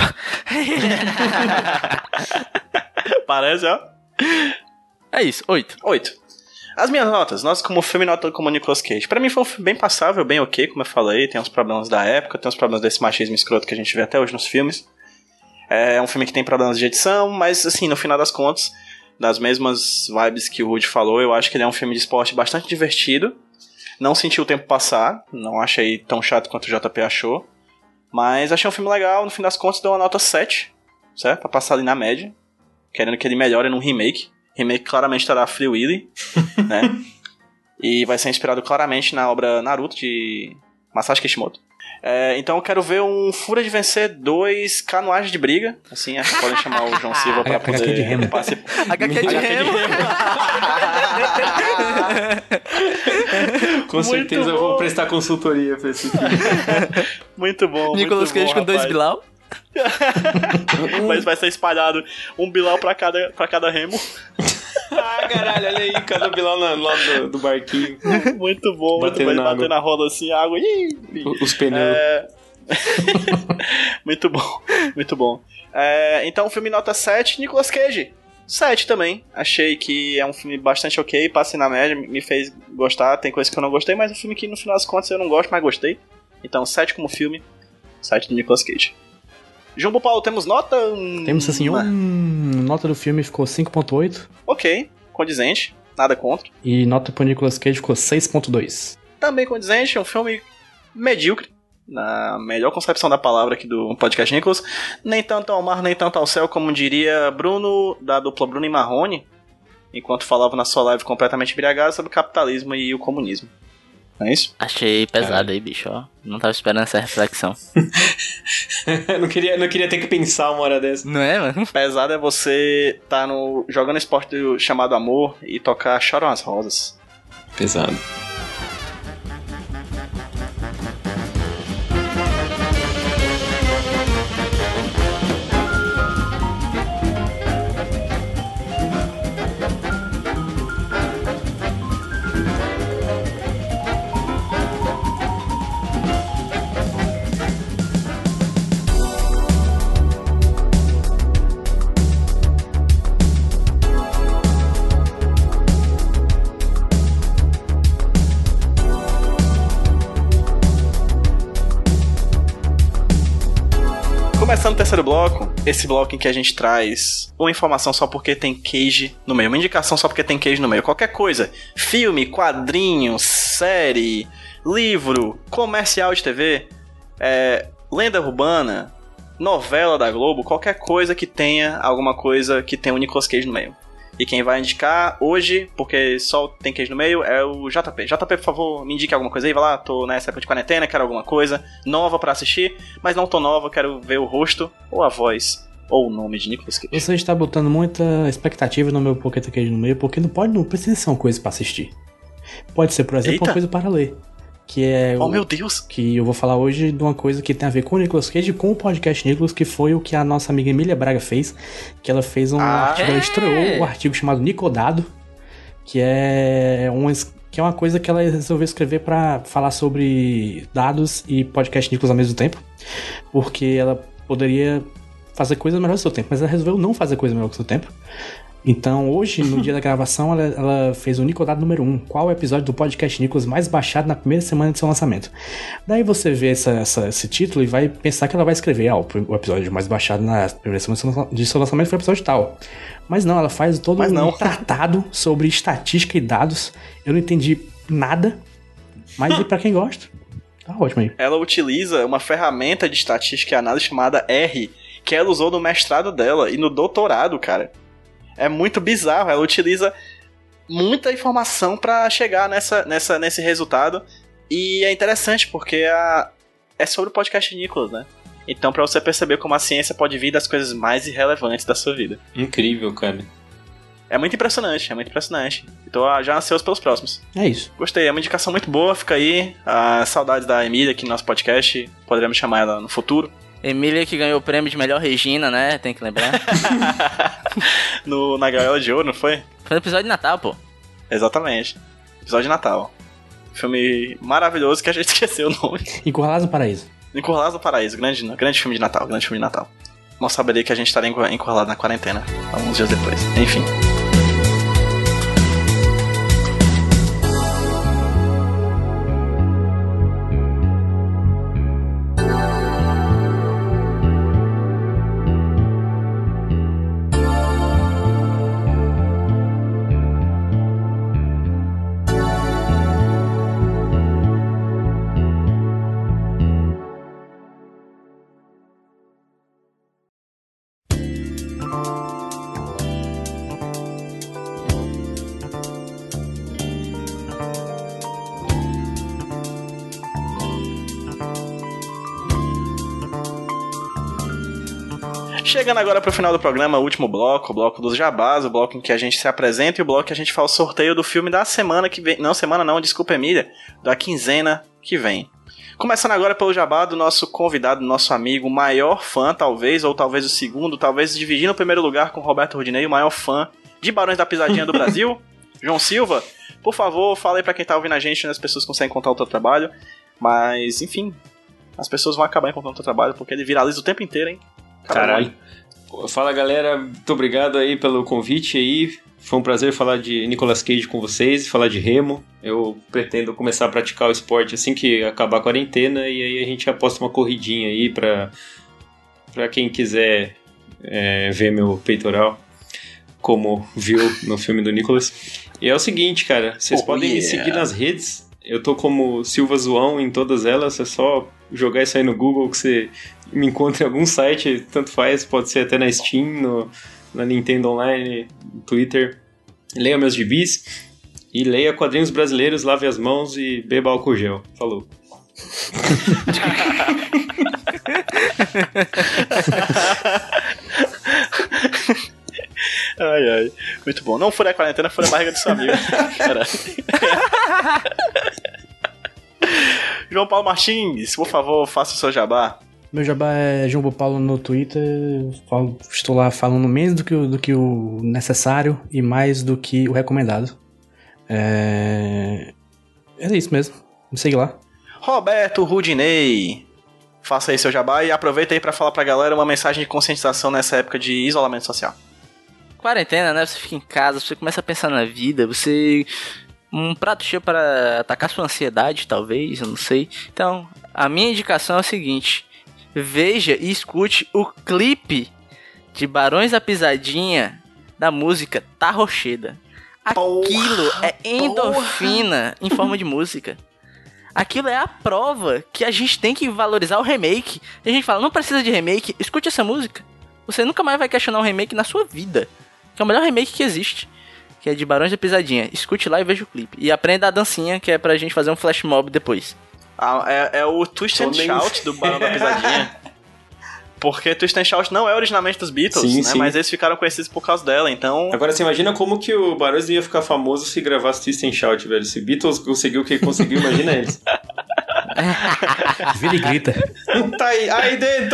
Parece, ó. É isso, 8. As minhas notas como filme, nota como Nicolas Cage. Pra mim foi um filme bem passável, bem ok, como eu falei. Tem uns problemas da época, tem uns problemas desse machismo escroto que a gente vê até hoje nos filmes. É um filme que tem problemas de edição, mas assim, no final das contas, das mesmas vibes que o Rudy falou, eu acho que ele é um filme de esporte bastante divertido. Não senti o tempo passar, não achei tão chato quanto o JP achou. Mas achei um filme legal, no fim das contas deu uma nota 7, certo? Pra passar ali na média, querendo que ele melhore num remake. Remake claramente terá Free Willy, né? E vai ser inspirado claramente na obra Naruto de Masashi Kishimoto. Então eu quero ver um Fúria de Vencer 2 Canoagem de Briga. Assim, acho que podem chamar o João Silva pra poder HQ de Remo. participar. HQ de Remo. Com certeza eu vou prestar consultoria pra esse filme. Muito bom. Nicolas Cage com 2 Bilal. Mas vai ser espalhado um Bilal pra cada Remo. Ah, caralho, olha aí, cada vilão no lado do barquinho. Muito bom, Batendo na bater água. na roda assim, água. Os pneus. Muito bom, muito bom. Então, o filme nota 7, Nicolas Cage. 7 também. Achei que é um filme bastante ok, passei na média, me fez gostar. Tem coisas que eu não gostei, mas é um filme que no final das contas eu não gosto, mas gostei. Então, 7 como filme, 7 do Nicolas Cage. João Paulo, temos nota? Temos assim, nota do filme ficou 5.8 Ok, condizente, nada contra. e nota pro Nicolas Cage ficou 6.2. Também condizente, é um filme medíocre, na melhor concepção da palavra aqui do podcast Nicolas. Nem tanto ao mar, nem tanto ao céu, como diria Bruno, da dupla Bruno e Marrone, enquanto falava na sua live completamente embriagado sobre o capitalismo e o comunismo. Não é isso? Achei pesado aí, bicho, ó. Não tava esperando essa reflexão. não queria ter que pensar uma hora dessa. Não é, mano? Pesado é você tá jogando esporte chamado amor e tocar Choram as Rosas. Pesado. Começando o terceiro bloco, esse bloco em que a gente traz uma informação só porque tem Cage no meio, uma indicação só porque tem Cage no meio, qualquer coisa, filme, quadrinho, série, livro, comercial de TV, lenda urbana, novela da Globo, qualquer coisa que tenha alguma coisa que tenha o Nicolas Cage no meio. E quem vai indicar hoje, porque só tem Cage no meio, é o JP. JP, por favor, me indique alguma coisa aí. Vai lá, tô nessa época de quarentena, quero alguma coisa nova pra assistir, mas não tô nova, quero ver o rosto, ou a voz, ou o nome de Nicolas Cage. Você está botando muita expectativa no meu Pocket Cage no meio, porque não precisa ser uma coisa pra assistir. Pode ser, por exemplo, Eita. uma coisa para ler. Que é Oh, meu Deus! que eu vou falar hoje de uma coisa que tem a ver com o Nicolas Cage e com o podcast Nicolas, que foi o que a nossa amiga Emília Braga fez, que ela fez um artigo, ela estreou um artigo chamado Nicodado, que é uma coisa que ela resolveu escrever pra falar sobre dados e podcast Nicolas ao mesmo tempo, porque ela poderia fazer coisas melhores do seu tempo, mas ela resolveu não fazer coisa melhor do seu tempo. Então, hoje, no dia da gravação, ela fez o Nicodado número 1. Qual o episódio do podcast Nicolas mais baixado na primeira semana de seu lançamento? Daí você vê esse título e vai pensar que ela vai escrever, o episódio mais baixado na primeira semana de seu lançamento foi o episódio tal. Mas não, ela faz todo um tratado sobre estatística e dados. Eu não entendi nada, mas e pra quem gosta, tá ótimo aí. Ela utiliza uma ferramenta de estatística e análise chamada R, que ela usou no mestrado dela e no doutorado, cara. É muito bizarro, ela utiliza muita informação pra chegar nesse resultado. E é interessante porque é sobre o podcast Nicolas, né? Então, pra você perceber como a ciência pode vir das coisas mais irrelevantes da sua vida. Incrível, cara. É muito impressionante, é muito impressionante. Então, já ansioso pelos próximos. É isso. Gostei, é uma indicação muito boa, fica aí. Saudades da Emília aqui no nosso podcast, poderemos chamar ela no futuro. Emília que ganhou o prêmio de melhor Regina, né? Tem que lembrar. Na Gaiola de Ouro, não foi? Foi no episódio de Natal, pô. Exatamente. Episódio de Natal. Filme maravilhoso que a gente esqueceu o nome. Encurralados no Paraíso. Encurralados no Paraíso. Grande filme de Natal. Grande filme de Natal. Mal saberia que a gente estaria encurralado na quarentena alguns dias depois. Enfim. Chegando agora pro final do programa, o último bloco, o bloco dos jabás, o bloco em que a gente se apresenta e o bloco que a gente faz o sorteio do filme da semana que vem. Não, semana não, desculpa, Emília. Da quinzena que vem. Começando agora pelo jabá do nosso convidado, nosso amigo, o maior fã, talvez, ou talvez o segundo, talvez dividindo o primeiro lugar com o Roberto Rudinei, o maior fã de Barões da Pisadinha do Brasil, João Silva. Por favor, fala aí pra quem tá ouvindo a gente, onde as pessoas conseguem encontrar o teu trabalho. Mas, enfim, as pessoas vão acabar encontrando o teu trabalho, porque ele viraliza o tempo inteiro, hein? Caralho. Fala, galera. Muito obrigado aí pelo convite aí. Foi um prazer falar de Nicolas Cage com vocês, falar de remo. Eu pretendo começar a praticar o esporte assim que acabar a quarentena, e aí a gente aposta uma corridinha aí pra quem quiser ver meu peitoral, como viu no filme do Nicolas. E é o seguinte, cara, vocês podem me seguir nas redes. Eu tô como Silva Zoão em todas elas, é só jogar isso aí no Google que você me encontra em algum site, tanto faz, pode ser até na Steam, na Nintendo Online, no Twitter. Leia meus gibis e leia quadrinhos brasileiros, lave as mãos e beba álcool gel. Falou. Ai. Muito bom. Não fure a quarentena, fure a barriga do seu amigo. Caralho. João Paulo Martins, por favor, faça o seu jabá. Meu jabá é João Paulo no Twitter. Estou lá falando menos do que o necessário e mais do que o recomendado. É isso mesmo. Me segue lá. Roberto Rudinei, faça aí seu jabá e aproveita aí pra falar pra galera uma mensagem de conscientização nessa época de isolamento social. Quarentena, né? Você fica em casa, você começa a pensar na vida, um prato cheio para atacar sua ansiedade, talvez, eu não sei. Então, a minha indicação é o seguinte: veja e escute o clipe de Barões da Pisadinha da música Tá Rocheda. Aquilo é endorfina em forma de música. Aquilo é a prova que a gente tem que valorizar o remake. A gente fala, não precisa de remake, escute essa música. Você nunca mais vai questionar um remake na sua vida. Que é o melhor remake que existe, que é de Barões da Pisadinha. Escute lá e veja o clipe. E aprenda a dancinha, que é pra gente fazer um flash mob depois. É o Twist and Shout do Barão da Pisadinha. Porque Twist and Shout não é originalmente dos Beatles, né? Sim. Mas eles ficaram conhecidos por causa dela, então... Agora, você imagina como que o Barões ia ficar famoso se gravasse Twist and Shout, velho. Se Beatles conseguiu o que conseguiu, imagina eles. Vira e grita. Tá aí dentro!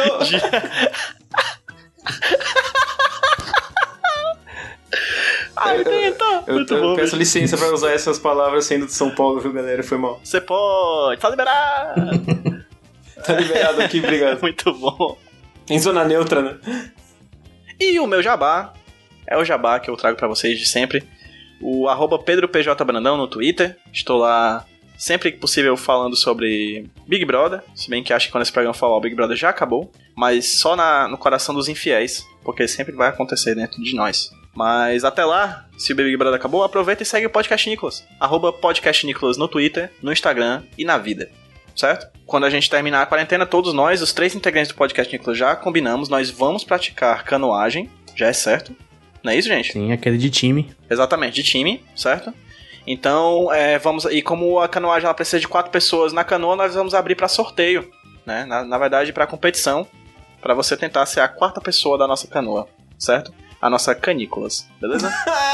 Eu peço licença pra usar essas palavras sendo de São Paulo, viu, galera? Foi mal. Você pode, tá liberado! Tá liberado aqui, obrigado. Muito bom. Em zona neutra, né? E o meu jabá é o jabá que eu trago pra vocês de sempre. O @PedroPJBrandão no Twitter. Estou lá sempre que possível falando sobre Big Brother. Se bem que acho que quando esse programa falar, o Big Brother já acabou. Mas só no coração dos infiéis, porque sempre vai acontecer dentro de nós. Mas até lá, se o Big Brother acabou, aproveita e segue o Podcast Nicolas. @PodcastNicolas no Twitter, no Instagram e na vida. Certo? Quando a gente terminar a quarentena, todos nós, os 3 integrantes do Podcast Nicolas, já combinamos, nós vamos praticar canoagem, já é certo. Não é isso, gente? Sim, aquele de time. Exatamente, de time, certo? Então, e como a canoagem ela precisa de 4 pessoas na canoa, nós vamos abrir para sorteio, né? Na verdade, para competição, para você tentar ser a 4ª pessoa da nossa canoa, certo? A nossa canícolas, beleza?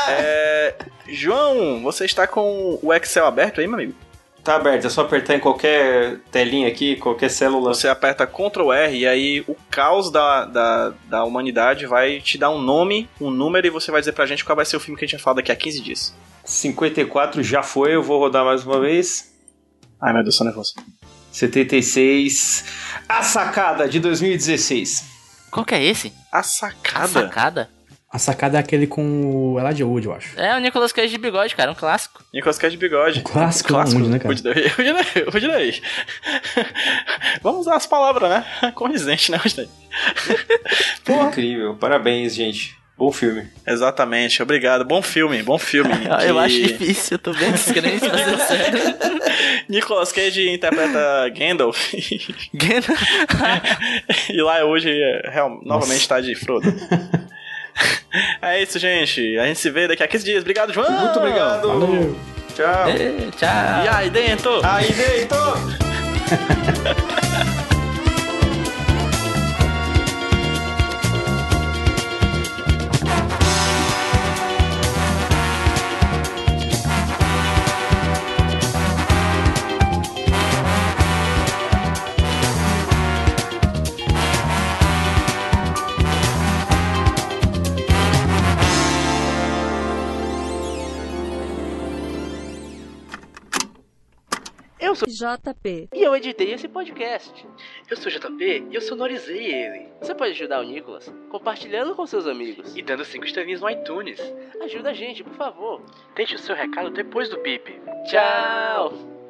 João, você está com o Excel aberto aí, meu amigo? Tá aberto, é só apertar em qualquer telinha aqui, qualquer célula. Você aperta Ctrl R e aí o caos da humanidade vai te dar um nome, um número, e você vai dizer pra gente qual vai ser o filme que a gente vai falar daqui a 15 dias. 54 já foi, eu vou rodar mais uma vez. Ai, meu Deus, sou nervoso. 76, A Sacada, de 2016. Qual que é esse? A Sacada? A Sacada? A Sacada é aquele com o Elijah Wood, eu acho. É o Nicolas Cage de bigode, cara, um clássico. Nicolas Cage de bigode. Um clássico, onde, né, cara? Rudinei. Vamos usar as palavras, né? Condizente, né, Rudinei? Incrível, parabéns, gente. Bom filme. Exatamente, obrigado. Bom filme. Eu acho difícil, eu tô bem descrente, pra ser sério. Nicolas Cage interpreta Gandalf. E lá hoje novamente tá de Frodo. É isso, gente. A gente se vê daqui a 15 dias. Obrigado, João. Muito obrigado. Valeu. Tchau. Tchau. E aí dentro? Aí dentro. Eu sou JP. e eu editei esse podcast. Eu sou JP e eu sonorizei ele. Você pode ajudar o Nicolas compartilhando com seus amigos E dando 5 estrelinhas no iTunes. Ajuda a gente, por favor. Deixe o seu recado depois do bip. Tchau!